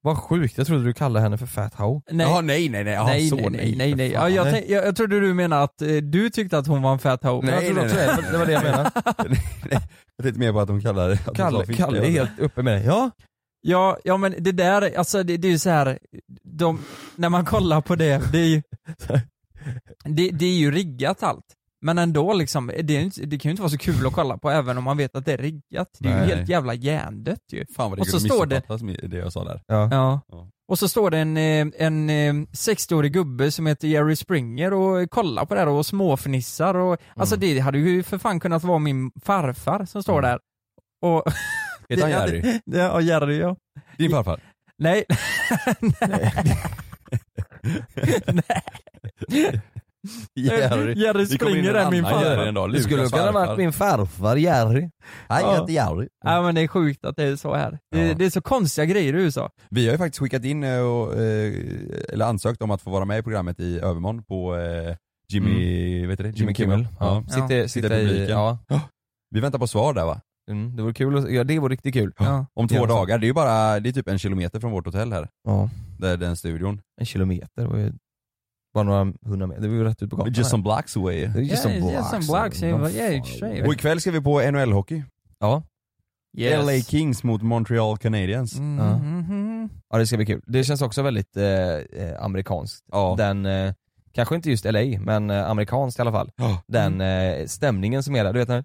Vad sjukt, jag trodde du kallade henne för Fat How. Nej. Jaha, nej. Nej. Ja, jag trodde du menade att du tyckte att hon var en Fat How. Nej. Det var det jag menade. Jag tänkte mer på att de kallar Kalle är helt uppe med det. Ja men det där, alltså det är ju så här. När man kollar på det det är ju riggat allt. Men ändå liksom, det kan ju inte vara så kul att kolla på även om man vet att det är riggat. Det är ju helt jävla hjärndött ju. Fan vad det och så står det jag sa där. Ja. Och så står det en 60-årig gubbe som heter Jerry Springer och kollar på det här och småfnissar och alltså det hade ju för fan kunnat vara min farfar som står där. Och heter han Jerry? Ja, Jerry, ja. Din farfar? Nej. Jerry Springer är min farfar. Du skulle kunna varit min farfar Jerry. Nej, jag heter Jerry. Ja men det är sjukt att det är så här. Det är så konstiga grejer i USA. Vi har ju faktiskt skickat in eller ansökt om att få vara med i programmet i övermorgon på Jimmy Kimmel. Ja. Sitter i publiken. Ja. Vi väntar på svar där va? Det vore kul, ja det vore riktigt kul. Om 2 dagar, det är ju det är typ 1 kilometer från vårt hotell här. Ja. Där är den studion. 1 kilometer var ju bara några 100 meter, det var ju rätt ut på gatan. Just some blocks away. Just some blocks away. Och ikväll ska vi på NHL-hockey. Ja. Yes. LA Kings mot Montreal Canadiens. Ja det ska bli kul. Det känns också väldigt amerikanskt. Ja. Den, kanske inte just LA, men amerikanskt i alla fall. Den stämningen som är där, du vet när...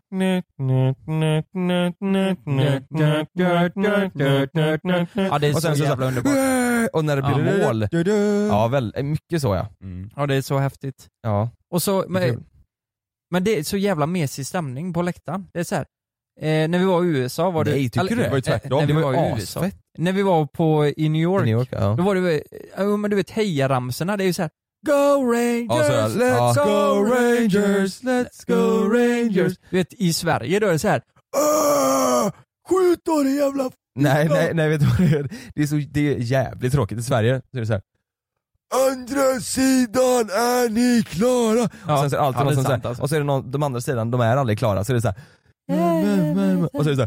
Ja det är så jävla underbart. Och när det blir mål. Ja väl, mycket så ja. Ja det är så häftigt. Ja. Och så, men det är så jävla mesig stämning på läktaren. Det är så här. När vi var i USA var det... Nej, tycker du? Det var ju tvärtom. När vi var i USA. När vi var i New York, då var det, men du vet hejaramserna, det är ju så här. Go Rangers, let's go Rangers, let's go Rangers. Du vet, i Sverige då är det så här. Skjut då det jävla... Nej, vet du vad det är? Det är jävligt tråkigt i Sverige. Så är det så här. Andra sidan är ni klara? Ja, och sen så är det alltid någon som säger, alltså. Och så är det någon, de andra sidan, de är aldrig klara. Så är det så här. Och så är det så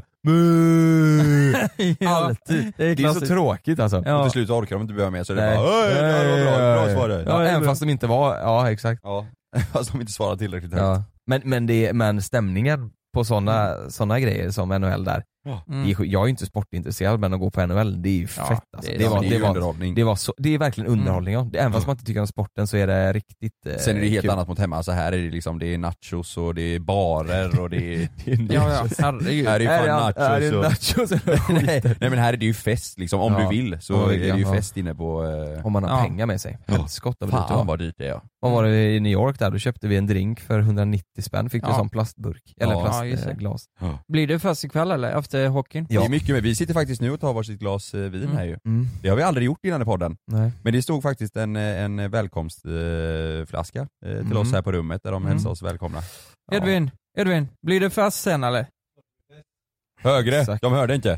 här. Alltid. Det är så tråkigt alltså. Och till slut orkar de inte börja med så det är bara bra svar. Ja, även fast de inte var, ja exakt. Ja, fast de inte svarar tillräckligt högt. Men stämningen på såna grejer som NHL där. Jag är ju inte sportintresserad, men att gå på NHL, det är ju fett alltså. Det är verkligen underhållning. Även fast man inte tycker om sporten så är det riktigt sen är det helt kul. Annat mot hemma, så här är det liksom, det är nachos och det är barer och det är herregud. Här är ju nachos. Nej men här är det ju fest liksom, om du vill så är det ju fest inne på om man har pengar med sig. Fan vad dyrt det är. Vad var det i New York där? Då köpte vi en drink för 190 spänn, fick du som plastburk eller plastglas. Blir det fast ikväll eller efter hockeyn? Ja. Det är mycket, men vi sitter faktiskt nu och tar varsitt glas vin här ju. Det har vi aldrig gjort innan i podden. Nej. Men det stod faktiskt en välkomstflaska till oss här på rummet där de hälsar oss välkomna. Edvin, blir det fast sen eller? Högre, exakt. De hörde inte.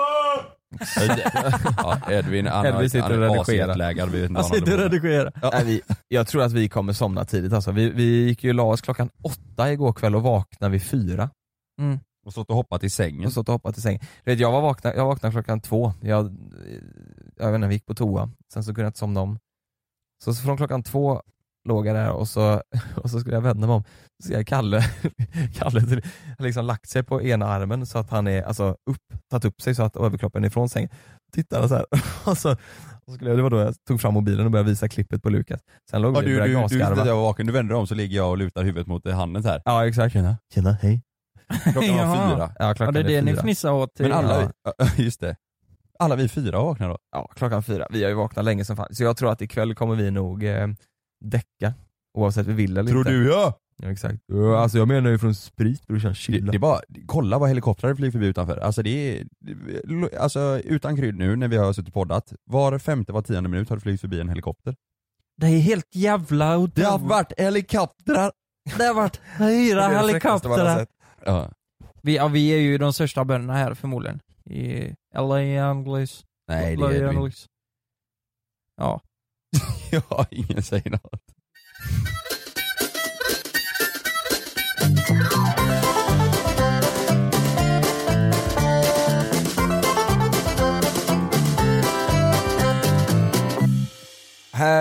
Edvin sitter och redigerar. Han sitter och redigerar. Jag tror att vi kommer somna tidigt alltså. Vi gick ju la oss 8 igår kväll och vaknade vid 4. Och stått och hoppat i sängen. Du vet, jag vaknade 2. Jag vet inte, vi gick på toa. Sen så kunde jag inte somna om. Så från 2 låg jag där och så skulle jag vända mig om. Så jag Kalle har liksom lagt sig på ena armen så att han är alltså tagit upp sig så att överkroppen är ifrån sängen. Tittar så här. och så skulle det var då jag tog fram mobilen och började visa klippet på Lukas. Sen låg vi och började gasgarva. Jag var vaken, du vänder om så ligger jag och lutar huvudet mot handen här. Ja exakt. Tjena, hej. Klockan var 4. Ja, det är det ni fnissar åt. Men alla, just det. Alla vi 4 vaknar då? Ja, klockan 4. Vi har ju vaknat länge som fan. Så jag tror att ikväll kommer vi nog däcka. Oavsett vi vill eller inte. Tror du ja? Ja, exakt. Alltså jag menar ju från sprit, brorsan, chilla. Det är bara, kolla vad helikoptrar flyger förbi utanför. Alltså det är, alltså utan krydd nu när vi har suttit poddat. Var 5:e, var 10:e minut har det flygit förbi en helikopter. Det är helt jävla otroligt. Det har varit helikoptrar. Det har varit 4 helikoptrar. Ja. Vi är ju de största bönderna här förmodligen. I LA Anglis. Nej, det är vi. Ja. Ja, ingen säger något.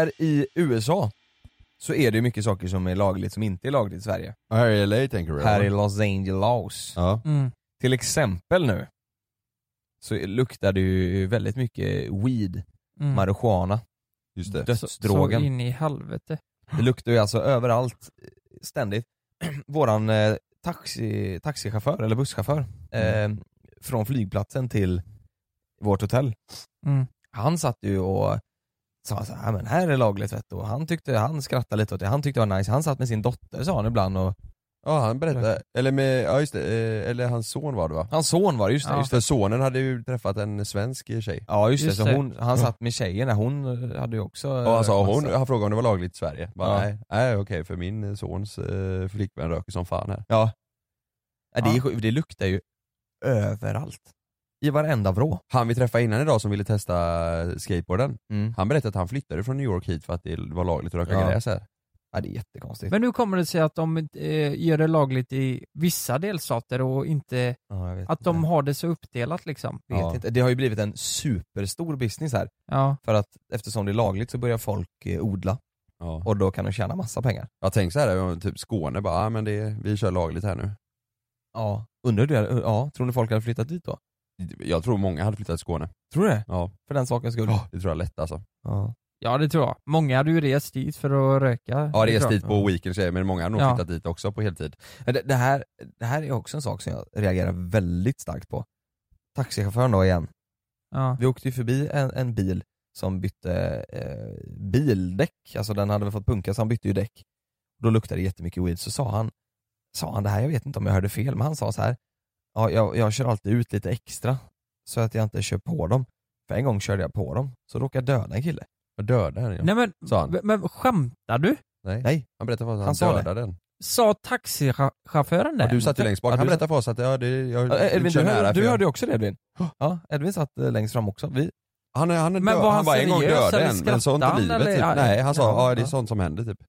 här i USA så är det mycket saker som är lagligt som inte är lagligt i Sverige. Och här i LA tänker du? Här i Los Angeles. Ja. Till exempel nu så luktar det ju väldigt mycket weed, marijuana. Just det. Dödsdrogen. Så in i helvete. Det luktar ju alltså överallt, ständigt. Våran taxichaufför eller busschaufför från flygplatsen till vårt hotell. Han satt ju och sa så här, men här är lagligt vet du. Och han skrattade lite åt det. Han tyckte det var nice. Han satt med sin dotter, sa han ibland, och ja, han berättade, eller hans son var det va? Hans son var det, just det. Just det. Sonen hade ju träffat en svensk tjej. Ja just det, så han satt med tjejen där, hon hade ju också... Ja, han frågade om det var lagligt i Sverige. Bara, nej okej, för min sons flickvän röker som fan här. Ja. Det luktar ju överallt. I varenda vrå. Han vi träffade innan idag som ville testa skateboarden, han berättade att han flyttade från New York hit för att det var lagligt att röka gräs här. Ja, det är jättekonstigt. Men nu kommer det sig att de gör det lagligt i vissa delstater och inte att de har det så uppdelat liksom. Vet inte. Det har ju blivit en superstor business här. Ja. För att eftersom det är lagligt så börjar folk odla. Ja. Och då kan de tjäna massa pengar. Jag tänker så här, typ Skåne bara, men vi kör lagligt här nu. Ja, tror ni folk hade flyttat dit då? Jag tror många hade flyttat till Skåne. Tror du det? Ja. För den sakens skull? Ja, det tror jag lätt alltså. Ja, det tror jag. Många hade ju rest dit för att röka. Ja, rest dit på weekend säger, men många har nog flyttat dit också på heltid. Det här är också en sak som jag reagerar väldigt starkt på. Taxichauffören då igen. Ja. Vi åkte ju förbi en bil som bytte bildäck. Alltså den hade väl fått punka så han bytte ju däck. Då luktade det jättemycket weed. Så sa han det här, jag vet inte om jag hörde fel, men han sa så här: ja, jag kör alltid ut lite extra så att jag inte kör på dem. För en gång körde jag på dem, så råkade jag döda en kille. Jag dödade den, ja. Nej men, sa han. men skämtar du? Nej. Han berättade för oss att han sa dödade den. Sa taxichauffören det? Ja, du satt ju längst bak. Han berättade för oss att Edvin, du hörde också det, Edvin? Ja, Edvin satt längst fram också. Han var en gång död men sånt i livet typ. Nej, han sa det är sånt som händer typ.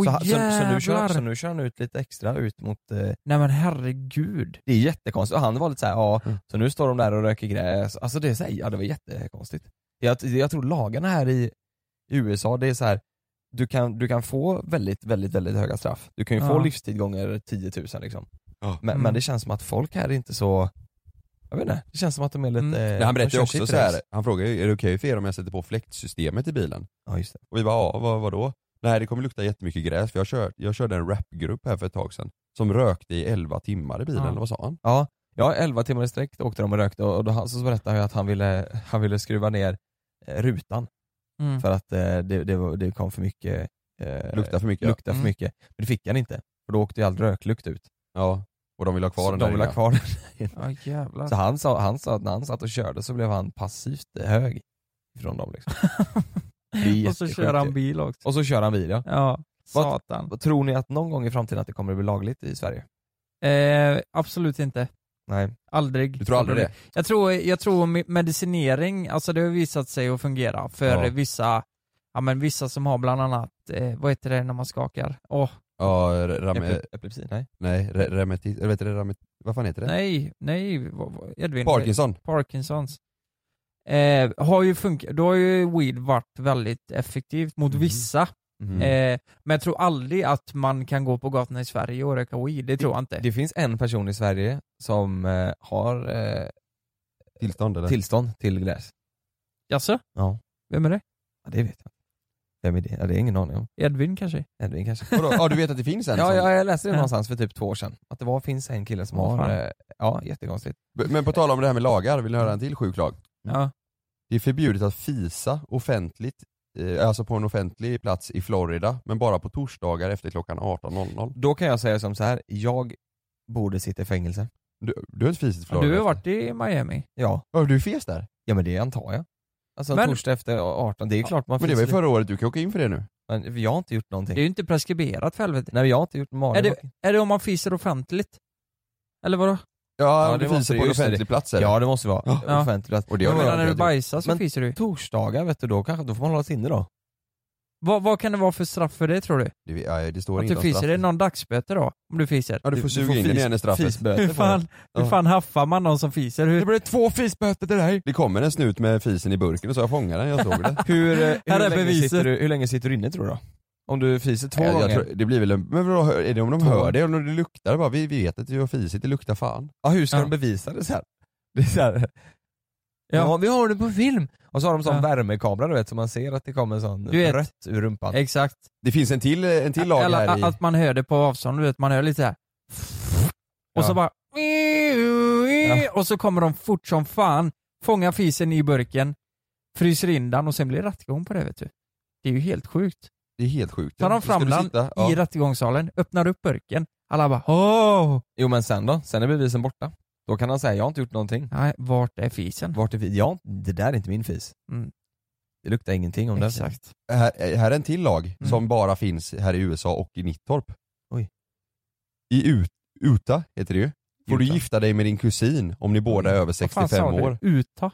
Så nu kör han ut lite extra ut mot... Nej men herregud. Det är jättekonstigt. Och han var lite såhär, så nu står de där och röker gräs. Alltså det är såhär, det var jättekonstigt. Jag tror lagarna här i USA, det är så här: du kan få väldigt, väldigt, väldigt höga straff. Du kan ju få livstid gånger 10 000 liksom. Men det känns som att folk här är inte så... Jag vet inte, det känns som att de är lite... Han berättade också så här. Han frågade, är det okej för er om jag sätter på fläktsystemet i bilen? Ja just det. Och vi bara, vadå? Nej, det kommer lukta jättemycket gräs, för jag körde en rapgrupp här för ett tag sedan som rökte i 11 timmar i bilen, eller vad sa han? Ja, 11 timmar i sträck åkte de och rökte, och då så berättade han att han ville skruva ner rutan för att det kom för mycket lukta för mycket. Men det fick han inte, för då åkte ju all röklukt ut. Ja, och de vill ha kvar den där. De vill ha kvar den. Jävlar. Så han sa att när han satt och körde så blev han passivt hög ifrån dem liksom. Och så kör han bil också. Och så kör han bil, ja. Ja, satan. Vad tror ni att någon gång i framtiden att det kommer att bli lagligt i Sverige? Absolut inte. Nej. Aldrig. Du tror aldrig det? Jag tror medicinering, alltså det har visat sig att fungera för vissa som har bland annat, vad heter det när man skakar? Epilepsi, nej, vad fan heter det? Nej, Edvin. Parkinsons. Har ju funkat, då har ju weed varit väldigt effektivt mot vissa. Men jag tror aldrig att man kan gå på gatorna i Sverige och röka weed, det tror jag inte. Det finns en person i Sverige som har tillstånd till gräs. Jaså? Ja. Vem är det? Ja, det vet jag. Vem är det? Ja, det är ingen aning om. Edvin kanske? Du vet att det finns en? Ja, jag läste det någonstans för typ 2 år sedan. Att det finns en kille som har... jättekonstigt. Men på tal om det här med lagar, vill ni höra en till sjuk lag? Ja. Det är förbjudet att fisa offentligt, alltså på en offentlig plats i Florida, men bara på torsdagar efter klockan 18:00. Då kan jag säga som så här: jag borde sitta i fängelse. Du har inte fisit i Florida? Du har varit i Miami. Ja. Du fes där? Ja, men det antar jag. Alltså torsdag efter 18, det är klart man... Men det var ju förra året, du kan åka in för det nu. Men jag har inte gjort någonting. Det är ju inte preskriberat för helvete. Nej, jag har inte gjort är det om man fiser offentligt? Eller vadå? Ja, det fiser på en offentlig plats eller? Ja, det måste vara offentlig plats. Och det när du bajsar så fiser du. Torsdagar vet du, då får man hålla inne då. Vad kan det vara för straff för det, tror du? Det står att inte du om fiser, straff. är det någon dagsböter då? Om du fiser? Ja, du får suga in den igen i straffet. Fisböter. Hur fan haffar man någon som fiser? Det blir 2 fisböter till dig. Det kommer en snut med fisen i burken och så jag fångar den, jag såg det. Hur länge sitter du inne, tror du då? Om du fiser 2 gånger? Jag tror, det blir väl men vadå, är det om de hör det eller om det luktar? Bara, vi vet att du har fisit, det luktar fan. Ja, hur ska de bevisa det sen? Det är så här. Ja, vi har det på film. Och så har de sån värmekamera, du vet, så man ser att det kommer sån rött ur rumpan. Exakt. Det finns en till lag eller här i... att man hör det på avstånd, du vet, man hör lite så här. Och så bara och så kommer de fort som fan, fångar fisen i burken, fryser in den och sen blir det rättegång på det, vet du. Det är ju helt sjukt. Det är helt sjukt. Tar de fram den i rättegångssalen, öppnar upp burken, alla bara åh! Jo, men sen då? Sen är bevisen borta. Då kan han säga, jag har inte gjort någonting. Nej, vart är fisen? Ja, det där är inte min fis. Det luktar ingenting om det. Exakt. Här är en till lag som bara finns här i USA och i Nittorp. Oj. I Utah heter det ju. Får du gifta dig med din kusin om ni båda är över 65 år. Utah.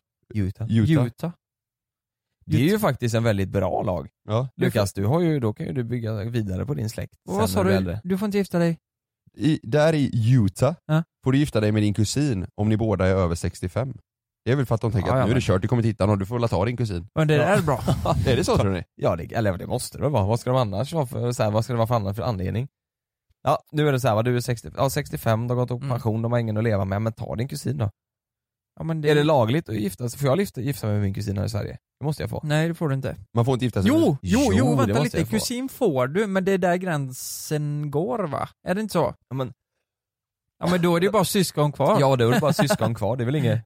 Det är ju faktiskt en väldigt bra lag. Ja. Lukas, då kan ju du bygga vidare på din släkt. Vad sa du? Du får inte gifta dig. Där i Utah får du gifta dig med din kusin om ni båda är över 65. Det är väl för att de tänker att nu är det kört, du kommer titta och du får väl ta din kusin. Men det är bra. Är det så, tror ni? Ja, det måste det väl vara. Vad ska de annars vara för, så här, vad ska det vara för annan för anledning? Ja, nu är det så här, du är 65, du har gått på pension, de har ingen att leva med, men ta din kusin då. Ja, men är det lagligt att gifta sig? Får jag gifta mig med min kusin här i Sverige? Det måste jag få. Nej, det får du inte. Man får inte gifta sig med... Jo, vänta lite. Kusin får du, men det är där gränsen går, va? Är det inte så? Ja, men då är det ju bara syskon kvar. Ja, då är det bara syskon kvar, det är väl inget...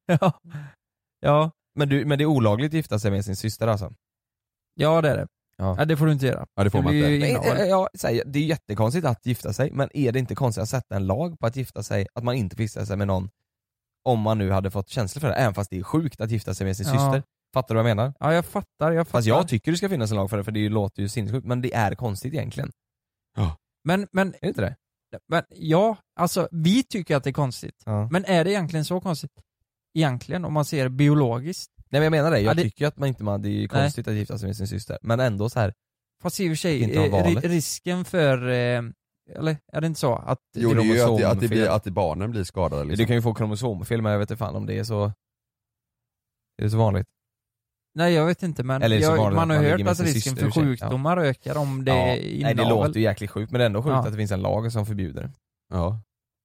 Ja. Men det är olagligt att gifta sig med sin syster alltså? Ja, det är det. Ja, det får du inte göra. Ja, det får man inte. Det är jättekonstigt att gifta sig, men är det inte konstigt att sätta en lag på att gifta sig, att man inte får gifta sig med någon om man nu hade fått känslor för det, även fast det är sjukt att gifta sig med sin syster. Fattar du vad jag menar? Ja, jag fattar. Fast jag tycker det ska finnas en lag för det, för det låter ju sinnessjukt, men det är konstigt egentligen. Ja. Men är det inte det? Men ja, alltså vi tycker att det är konstigt. Ja. Men är det egentligen så konstigt? Egentligen, om man ser biologiskt. Nej, men jag menar det. Jag tycker att det är konstigt att gifta sig med sin syster. Men ändå så här. Fast i och för sig, risken för... eller är det inte så? Att jo, det är ju att barnen blir skadade. Liksom. Du kan ju få kromosomfel, men jag vet inte fan om det är så... Är det så vanligt? Nej, jag vet inte, men man har hört att risken för sjukdomar ökar om det är Nej, det låter ju jäkligt sjukt, men det är ändå sjukt att det finns en lag som förbjuder det. Ja.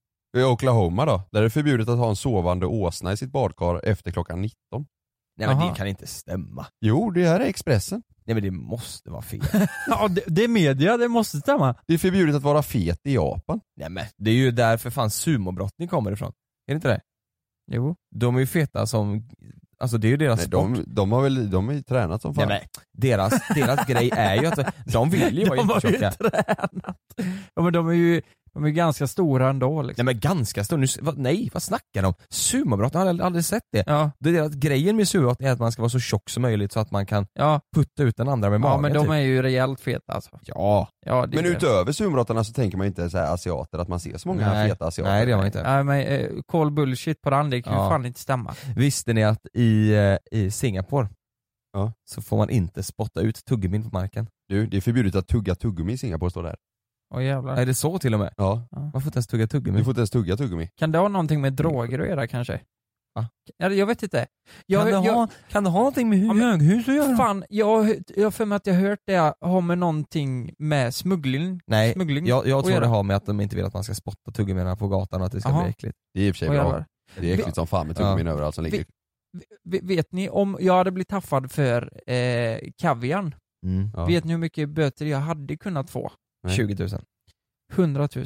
I Oklahoma då, där är det förbjudet att ha en sovande åsna i sitt badkar efter klockan 19. Nej, men det kan inte stämma. Jo, det här är Expressen. Nej, men det måste vara fel. Ja, det är media, det måste stämma. Det är förbjudet att vara fet i Japan. Nej, men det är ju därför fan sumobrottning kommer ifrån. Är det inte det? Jo. De är ju feta som... Alltså det är ju deras sport. De har ju tränat som fan. Nej, deras grej är ju att de vill ju vara jättetjocka. De har ju tränat. Ja, men de är ganska stora ändå liksom. Nej, men ganska stora. Nej, vad snackar de? Sumobrott, jag har aldrig sett det. Ja. Det är att grejen med sumobrott är att man ska vara så tjock som möjligt så att man kan putta ut den andra med magen. Ja, men de är ju rejält feta alltså. Ja. Men utöver sumbrottarna så tänker man inte så här asiater, att man ser så många feta asiater. Nej, det gör man inte. Nej, men call bullshit på den, det kan ju fan inte stämma. Visste ni att i Singapore så får man inte spotta ut tuggummin på marken? Du, det är förbjudet att tugga tuggummi i Singapore, står där. Åh jävlar. Är det så till och med? Ja. Varför får inte ens tugga tuggummi? Du får inte ens tugga tuggummi. Kan det ha någonting med droger att göra kanske? Eller jag vet inte. Kan det ha någonting med höghus att göra? Fan, jag för mig att jag hört det har med någonting med smuggling. Nej, smuggling jag tror det har med att de inte vill att man ska spotta tuggummina på gatan och att det ska bli äckligt. Det är i och för sig bra. Det är äckligt som fan med tuggummin överallt som ligger. Vet ni, om jag hade blivit taffad för kavian, vet ni hur mycket böter jag hade kunnat få? 20 000. 100 000.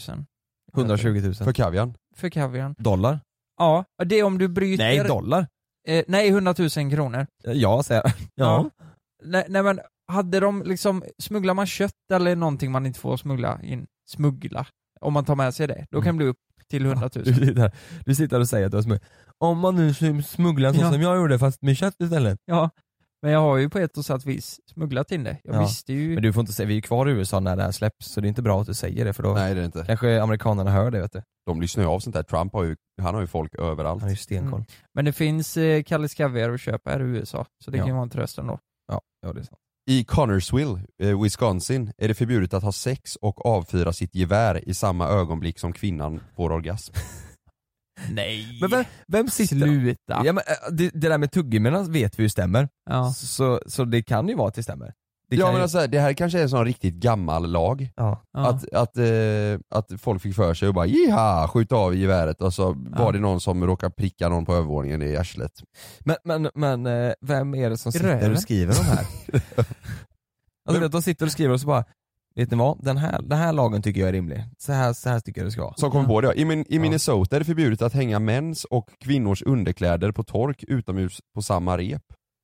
120 000. För kavian? För kavian. Dollar? Ja, det är om du bryter... Nej, dollar. Nej, 100 000 kronor. Ja, säger jag. Ja. Nej, men hade de liksom... Smugglar man kött eller någonting man inte får smuggla, om man tar med sig det, då kan det bli upp till 100 000. Du sitter och säger att du har smugglat. Om man nu smugglar så som jag gjorde, fast med kött istället. Ja, men jag har ju på ett och satt vis smugglat in det. Jag visste ju... Men du får inte säga, vi är ju kvar i USA när det här släpps, så det är inte bra att du säger det, för då nej, det är inte. Kanske amerikanerna hör det, vet du. De lyssnar ju av sånt där. Trump har ju folk överallt. Han har ju stenkoll. Men det finns Kalles Kaviar att köpa här i USA, så det kan ju vara en tröst ändå. Ja, det är sant. I Connorsville, Wisconsin, är det förbjudet att ha sex och avfyra sitt gevär i samma ögonblick som kvinnan får orgasm. Nej. Men vem sitter... Sluta. Ja, men, det där med tuggimmorna vet vi ju stämmer. Ja. Så det kan ju vara att det stämmer. Det här kanske är en sån riktigt gammal lag. Ja. Att folk fick för sig och bara jiha, skjuta av geväret och så var det någon som råkade pricka någon på övervåningen i arslet. Men vem är det som sitter och skriver de här? Alltså de sitter och skriver och så bara, vet ni vad, den här lagen tycker jag är rimlig. Så här tycker jag det ska vara. Som kommer på det, I Minnesota är det förbjudet att hänga mäns och kvinnors underkläder på tork utomhus på samma rep.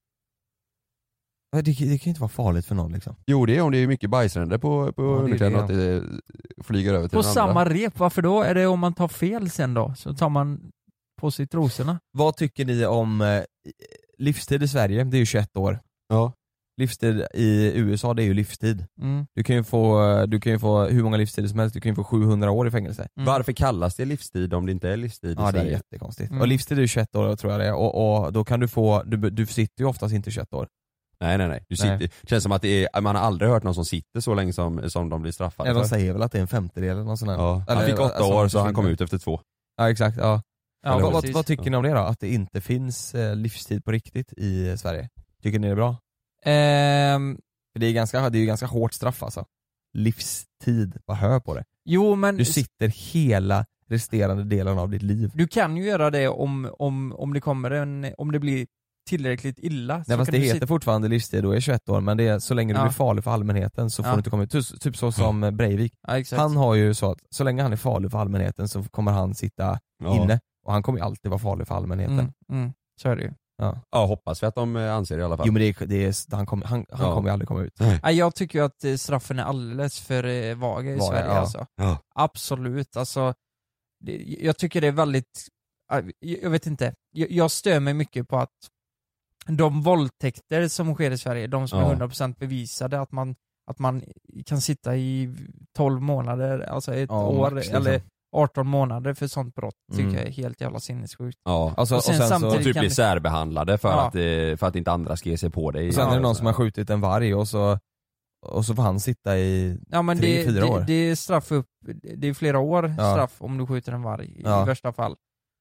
Det kan ju inte vara farligt för någon liksom. Jo, det är om det är mycket bajsränder på underkläderna att det flyger över till på den andra. samma rep, varför då? Är det om man tar fel sen då? Så tar man på sig trosorna. Vad tycker ni om livstid i Sverige? Det är ju 21 år. Ja. Livstid i USA, det är ju livstid. Mm. Du kan ju få hur många livstider som helst. Du kan ju få 700 år i fängelse. Varför kallas det livstid om det inte är livstid i Sverige? Ja, det är jättekonstigt. Och livstid är ju 21 år tror jag det är. Och då kan du få, du sitter ju oftast inte 21 år. Nej. Det känns som att man har aldrig hört någon som sitter så länge som de blir straffade. Ja, de säger väl att det är en femtedel eller något sånt där. Ja. Eller, han fick 8 år så han kom ut efter 2. Ja, exakt. Ja. Vad tycker Ja. ni om det då? Att det inte finns livstid på riktigt i Sverige? Tycker ni det är bra? För det är ju ganska hårt straff alltså. Livstid, vad hör på det? Jo, men du sitter hela resterande delen av ditt liv. Du kan ju göra det om det kommer om det blir tillräckligt illa. Nej, fast det heter fortfarande livstid och är 21 år, men det är så länge du blir farlig för allmänheten så får du inte komma ut. Typ så som Breivik. Ja, exakt. Han har ju så att så länge han är farlig för allmänheten så kommer han sitta inne. Och han kommer ju alltid vara farlig för allmänheten. Så är det ju. Ja, hoppas vi att de anser det i alla fall. Jo, men han kommer ju aldrig komma ut. Nej, jag tycker ju att straffen är alldeles för vaga i Sverige alltså. Ja. Absolut, alltså jag tycker det är väldigt, jag vet inte, jag stör mig mycket på att de våldtäkter som sker i Sverige, de som är 100% bevisade, att man kan sitta i 12 månader, alltså ett år max, eller 18 månader för sånt brott, tycker jag är helt jävla sinnessjukt. Ja, alltså, och sen så typ kan bli särbehandlade för att inte andra ska ge sig på dig. Och sen är det någon som har skjutit en varg och så får han sitta i 3-4 år. Det är straff upp, det är flera år straff om du skjuter en varg i värsta fall.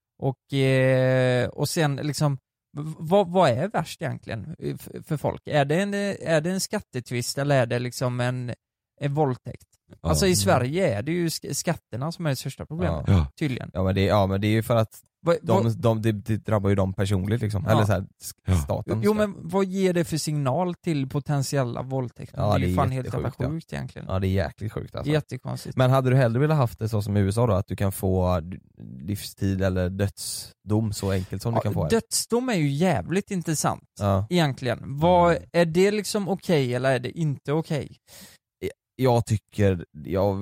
Och sen liksom, vad är värst egentligen för folk? Är det en skattetvist eller är det liksom en våldtäkt? Alltså i Sverige är det ju skatterna som är det största problemet, tydligen. Ja, men det är ju för att det drabbar ju dem personligt liksom, eller så här, staten. Jo, men vad ger det för signal till potentiella våldtäkter? Ja, det är ju fan helt jävla sjukt egentligen. Ja, det är jäkligt sjukt alltså. Jättekonstigt. Men hade du hellre velat haft det så som i USA då, att du kan få livstid eller dödsdom så enkelt som du kan få? Dödsdom är ju jävligt intressant egentligen. Är det liksom okej eller är det inte okej? Jag tycker, jag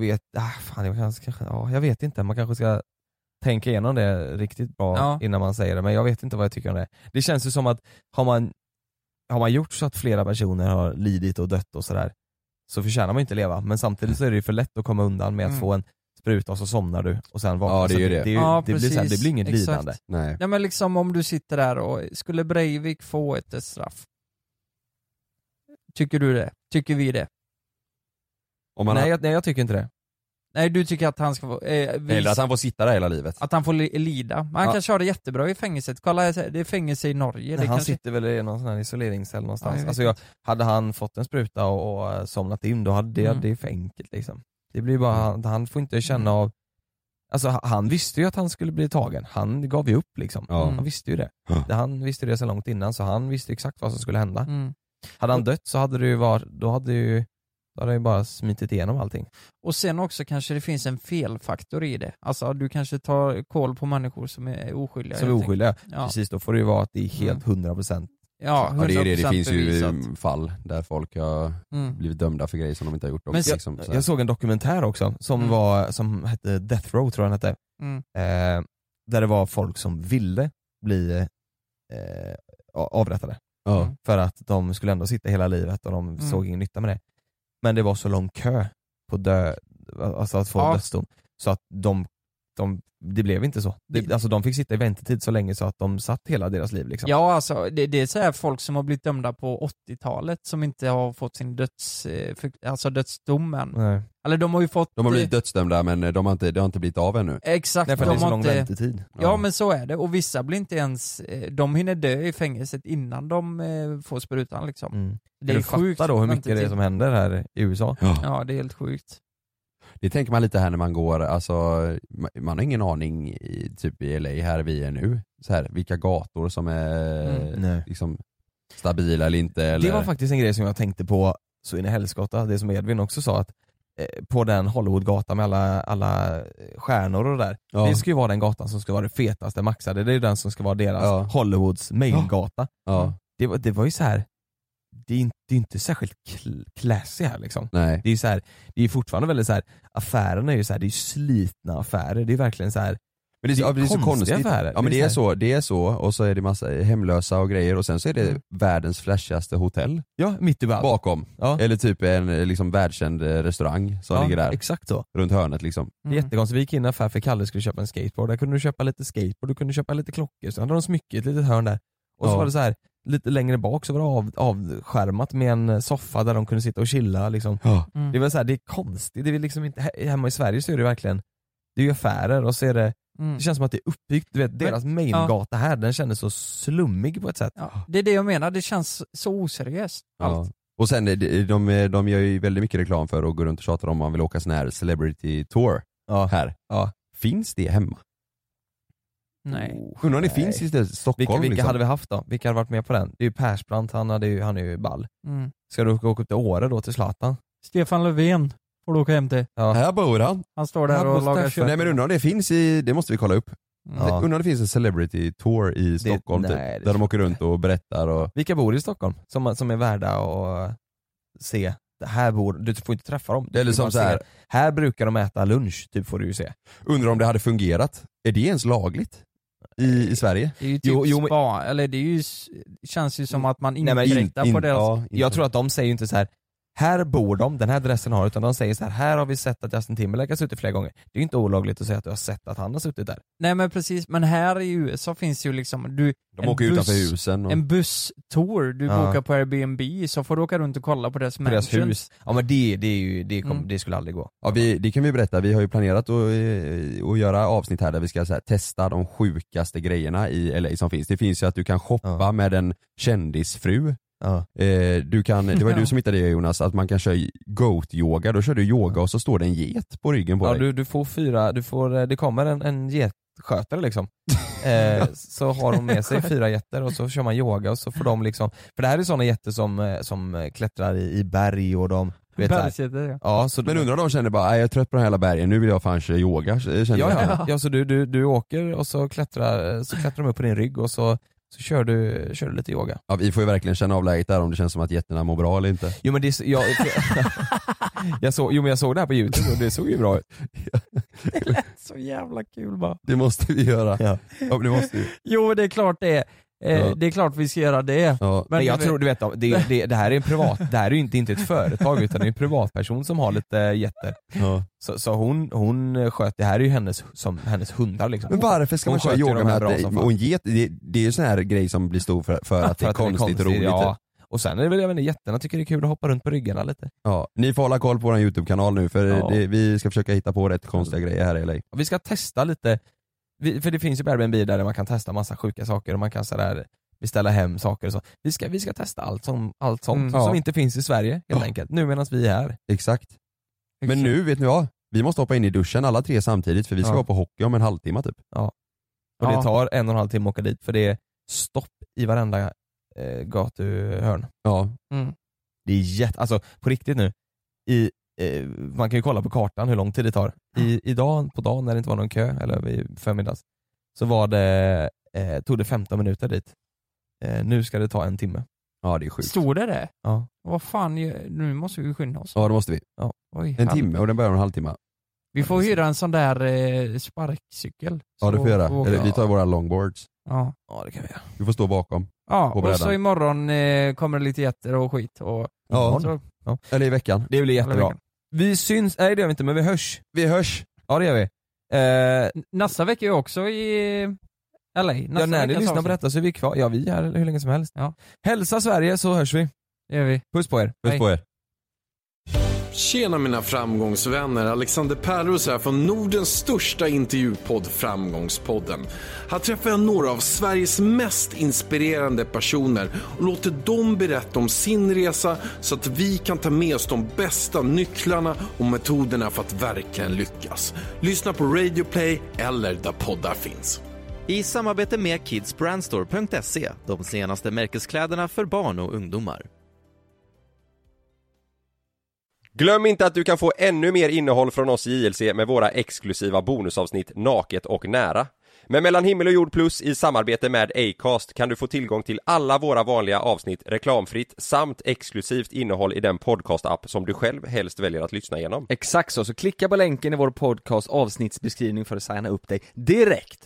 vet inte, man kanske ska tänka igenom det riktigt bra innan man säger det, men jag vet inte vad jag tycker om det. Det känns ju som att har man gjort så att flera personer har lidit och dött och sådär, så förtjänar man inte leva, men samtidigt så är det ju för lätt att komma undan med att få en spruta och så somnar du och sen vaknar. Ja, det är ju det. Det blir inget lidande. Nej. Ja, men liksom om du sitter där och skulle Breivik få ett straff, tycker du det? Tycker vi det? Nej, jag tycker inte det. Nej, du tycker att han ska få eller att han får sitta där hela livet. Att han får lida. Men han kanske har det jättebra i fängelset. Kolla, det är fängelse i Norge. Nej, han kanske... sitter väl i någon sån här isoleringscell någonstans. Hade han fått en spruta och somnat in, då hade det är för enkelt liksom. Det blir bara, han får inte känna av. Alltså han visste ju att han skulle bli tagen. Han gav ju upp liksom. Han visste ju det. Han visste det så långt innan, så han visste exakt vad som skulle hända. Hade han dött så hade det ju varit, då hade ju bara smitit igenom allting. Och sen också kanske det finns en felfaktor i det. Alltså du kanske tar koll på människor som är oskyldiga. Som är oskyldiga. Ja. Precis, då får det ju vara att det är helt 100%. Ja, 100% det är det. Det finns bevisat. ju fall där folk har blivit dömda för grejer som de inte har gjort. Men jag såg en dokumentär också som hette Death Row, tror jag den hette. Där det var folk som ville bli avrättade. För att de skulle ändå sitta hela livet och de såg ingen nytta med det. Men det var så lång kö på att få dödsdom, så att de det blev inte så. Alltså de fick sitta i väntetid så länge så att de satt hela deras liv liksom. Ja, alltså det är så här folk som har blivit dömda på 80-talet som inte har fått sin dödsdomen. Nej. Eller de har ju fått... De har blivit dödsdömda men det har inte blivit av ännu. Exakt. Därför det är så lång väntetid. Ja, men så är det. Och vissa blir inte ens... De hinner dö i fängelset innan de får sprutan liksom. Det är sjukt. Fatta då hur mycket det är som händer här i USA. Ja, det är helt sjukt. Det tänker man lite här när man går, alltså man har ingen aning typ i LA här vi är nu, så här, vilka gator som är liksom stabila eller inte. Eller... Det var faktiskt en grej som jag tänkte på så in i helskotta, det som Edvin också sa, att på den Hollywoodgatan med alla stjärnor och där, det ska ju vara den gatan som ska vara det fetaste, maxade, det är den som ska vara deras Hollywoods main-gata. Det var ju så här. Det är inte särskilt classy här liksom. Nej. Det är så här, det är fortfarande väldigt så här, affärerna är ju så här, det är slitna affärer. Det är verkligen så här. Men det är så konstigt. Affärer. Ja men det är så och så är det massa hemlösa och grejer och sen så är det världens flashigaste hotell. Ja, mitt i världen. Bakom. Ja. Eller typ en liksom världskänd restaurang som ligger där. Exakt så. Runt hörnet liksom. Det är jättekonstigt. Vi gick in i en affär för Kalle skulle köpa en skateboard. Där kunde du köpa lite skateboard, du kunde köpa lite klockor. Så hade de smycket, ett litet hörn där. Och så var det så här, lite längre bak så var det avskärmat med en soffa där de kunde sitta och chilla liksom. Det var så här, det är konstigt. Det är liksom inte, hemma i Sverige så är det verkligen, det är ju affärer och så är det, det känns som att det är uppbyggt, du vet, deras main-gata här, den kändes så slummig på ett sätt. Ja, det är det jag menar, det känns så oseriöst. Allt. Och sen de gör ju väldigt mycket reklam för att gå runt och tjata om man vill åka sån här celebrity tour här. Finns det hemma? Nej. Undrar om det finns i Stockholm. Vilka liksom. hade vi haft då? Vilka hade varit med på den? Det är ju Persbrandt, han är ju ball. Ska du åka upp till Åre då till Zlatan? Stefan Löfven får du åka hem till. Här bor han. Han står där och lagar kött. Nej men undrar om det finns det måste vi kolla upp. Undrar om det finns en celebrity tour i Stockholm där de åker runt och berättar och... Vilka bor i Stockholm som är värda att se? Du får inte träffa dem. Eller som så här brukar de äta lunch, typ, får du ju se. Undrar om det hade fungerat. Är det ens lagligt i Sverige? Det är ju typ spa, eller det är ju, känns ju som att man inkräktar på deras... Jag tror att de säger ju inte så här: här bor de, den här adressen har, utan de säger så här har vi sett att Justin Timberlake har suttit flera gånger. Det är ju inte olagligt att säga att du har sett att han har suttit där. Nej men precis, men här i USA finns ju liksom de åker utanför husen och... en busstour, du bokar på Airbnb så får du åka runt och kolla på deras hus. Ja men det skulle aldrig gå. Ja, det kan vi berätta, vi har ju planerat att göra avsnitt här där vi ska så här, testa de sjukaste grejerna i LA som finns. Det finns ju att du kan shoppa med en kändisfru. Det var du som hittade det, Jonas, att man kan köra goat-yoga. Då kör du yoga och så står det en get på ryggen på dig. Du får det kommer en getskötare liksom. Så har de med sig 4 getter och så kör man yoga och så får de liksom, för det här är sådana getter som klättrar i berg och de men undrar de känner bara, jag är trött på den här hela bergen, nu vill jag fan köra yoga. Ja, så du åker och så klättrar de upp på din rygg och så kör du lite yoga. Ja, vi får ju verkligen känna av läget där om det känns som att getterna mår bra eller inte. Jo men jag såg det här på YouTube och det såg ju bra ut. Det lät så jävla kul bara. Det måste vi göra. Ja, det måste vi. Jo, det är klart det är. Det är klart vi ska göra det. Ja. Men jag tror, du vet, det här är en privat, det här är ju inte ett företag utan det är en privatperson som har lite jätter. Ja. Så hon sköt, det här är ju hennes hundar liksom. Men varför ska man köra yoga med och en get? Det är ju sån här grej som blir stor för att det är konstigt och roligt. Ja. Och sen är det väl även jätterna tycker det är kul att hoppa runt på ryggarna lite. Ja, ni får hålla koll på vår YouTube-kanal nu för vi ska försöka hitta på rätt konstiga grejer här i LA. Vi ska testa lite, för det finns ju på Airbnb där man kan testa massa sjuka saker och man kan sådär beställa hem saker och så. Vi ska testa allt sånt som inte finns i Sverige helt enkelt, nu medan vi är här. Exakt. Men nu, vet ni vad? Vi måste hoppa in i duschen alla 3 samtidigt för vi ska vara på hockey om en halvtimme typ. Ja. Och det tar 1,5 timme att åka dit för det är stopp i varenda gatuhörn. Ja. Det är alltså på riktigt nu. Man kan ju kolla på kartan hur lång tid det tar. Idag på dagen när det inte var någon kö, eller vid förmiddags, så tog det 15 minuter dit. Nu ska det ta 1 timme. Ja, det är sjukt. Stod det? Ja. Vad fan, nu måste vi skynda oss. Ja, det måste vi. Ja. Oj, 1 timme och den börjar om en halvtimme. Vi får hyra en sån där sparkcykel. Ja, det får vi göra. Eller vi tar våra longboards. Ja, det kan vi göra. Vi får stå bakom. Ja, och så imorgon kommer det lite jätter och skit. Och eller i veckan. Det blir jättebra. Vi syns, nej det gör vi inte, men vi hörs. Vi hörs. Ja, det gör vi. Nästa vecka är jag också i LA. Ja, när ni lyssnar på detta så är vi kvar. Ja, vi är här hur länge som helst. Ja. Hälsa Sverige så hörs vi. Det gör vi. Puss på er. Puss på er. Tjena mina framgångsvänner, Alexander Pärros här från Nordens största intervjupodd Framgångspodden. Här träffar jag några av Sveriges mest inspirerande personer och låter dem berätta om sin resa så att vi kan ta med oss de bästa nycklarna och metoderna för att verkligen lyckas. Lyssna på Radio Play eller där poddar finns. I samarbete med kidsbrandstore.se, de senaste märkeskläderna för barn och ungdomar. Glöm inte att du kan få ännu mer innehåll från oss i JLC med våra exklusiva bonusavsnitt Naket och nära. Med Mellan himmel och jord plus i samarbete med Acast kan du få tillgång till alla våra vanliga avsnitt reklamfritt samt exklusivt innehåll i den podcast-app som du själv helst väljer att lyssna igenom. Exakt så klicka på länken i vår podcast avsnittsbeskrivning för att signa upp dig direkt.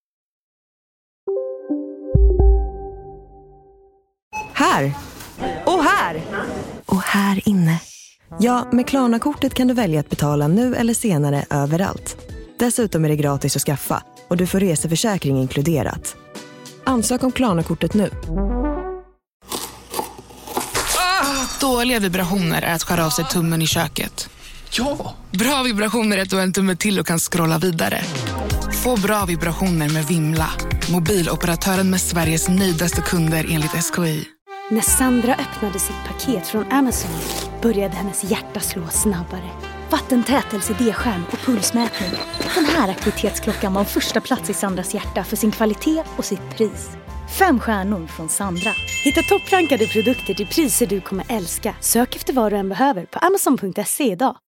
Här! Och här! Och här inne. Ja, med Klarna-kortet kan du välja att betala nu eller senare överallt. Dessutom är det gratis att skaffa och du får reseförsäkring inkluderat. Ansök om Klarna-kortet nu. Dåliga vibrationer är att skära av sig tummen i köket. Ja! Bra vibrationer är att du har en tumme till och kan scrolla vidare. Få bra vibrationer med Vimla. Mobiloperatören med Sveriges nöjdaste kunder enligt SKI. När Sandra öppnade sitt paket från Amazon började hennes hjärta slå snabbare. Vattentät LCD-skärm och pulsmätning. Den här aktivitetsklockan var första plats i Sandras hjärta för sin kvalitet och sitt pris. 5 stjärnor från Sandra. Hitta topprankade produkter till priser du kommer älska. Sök efter vad du än behöver på amazon.se idag.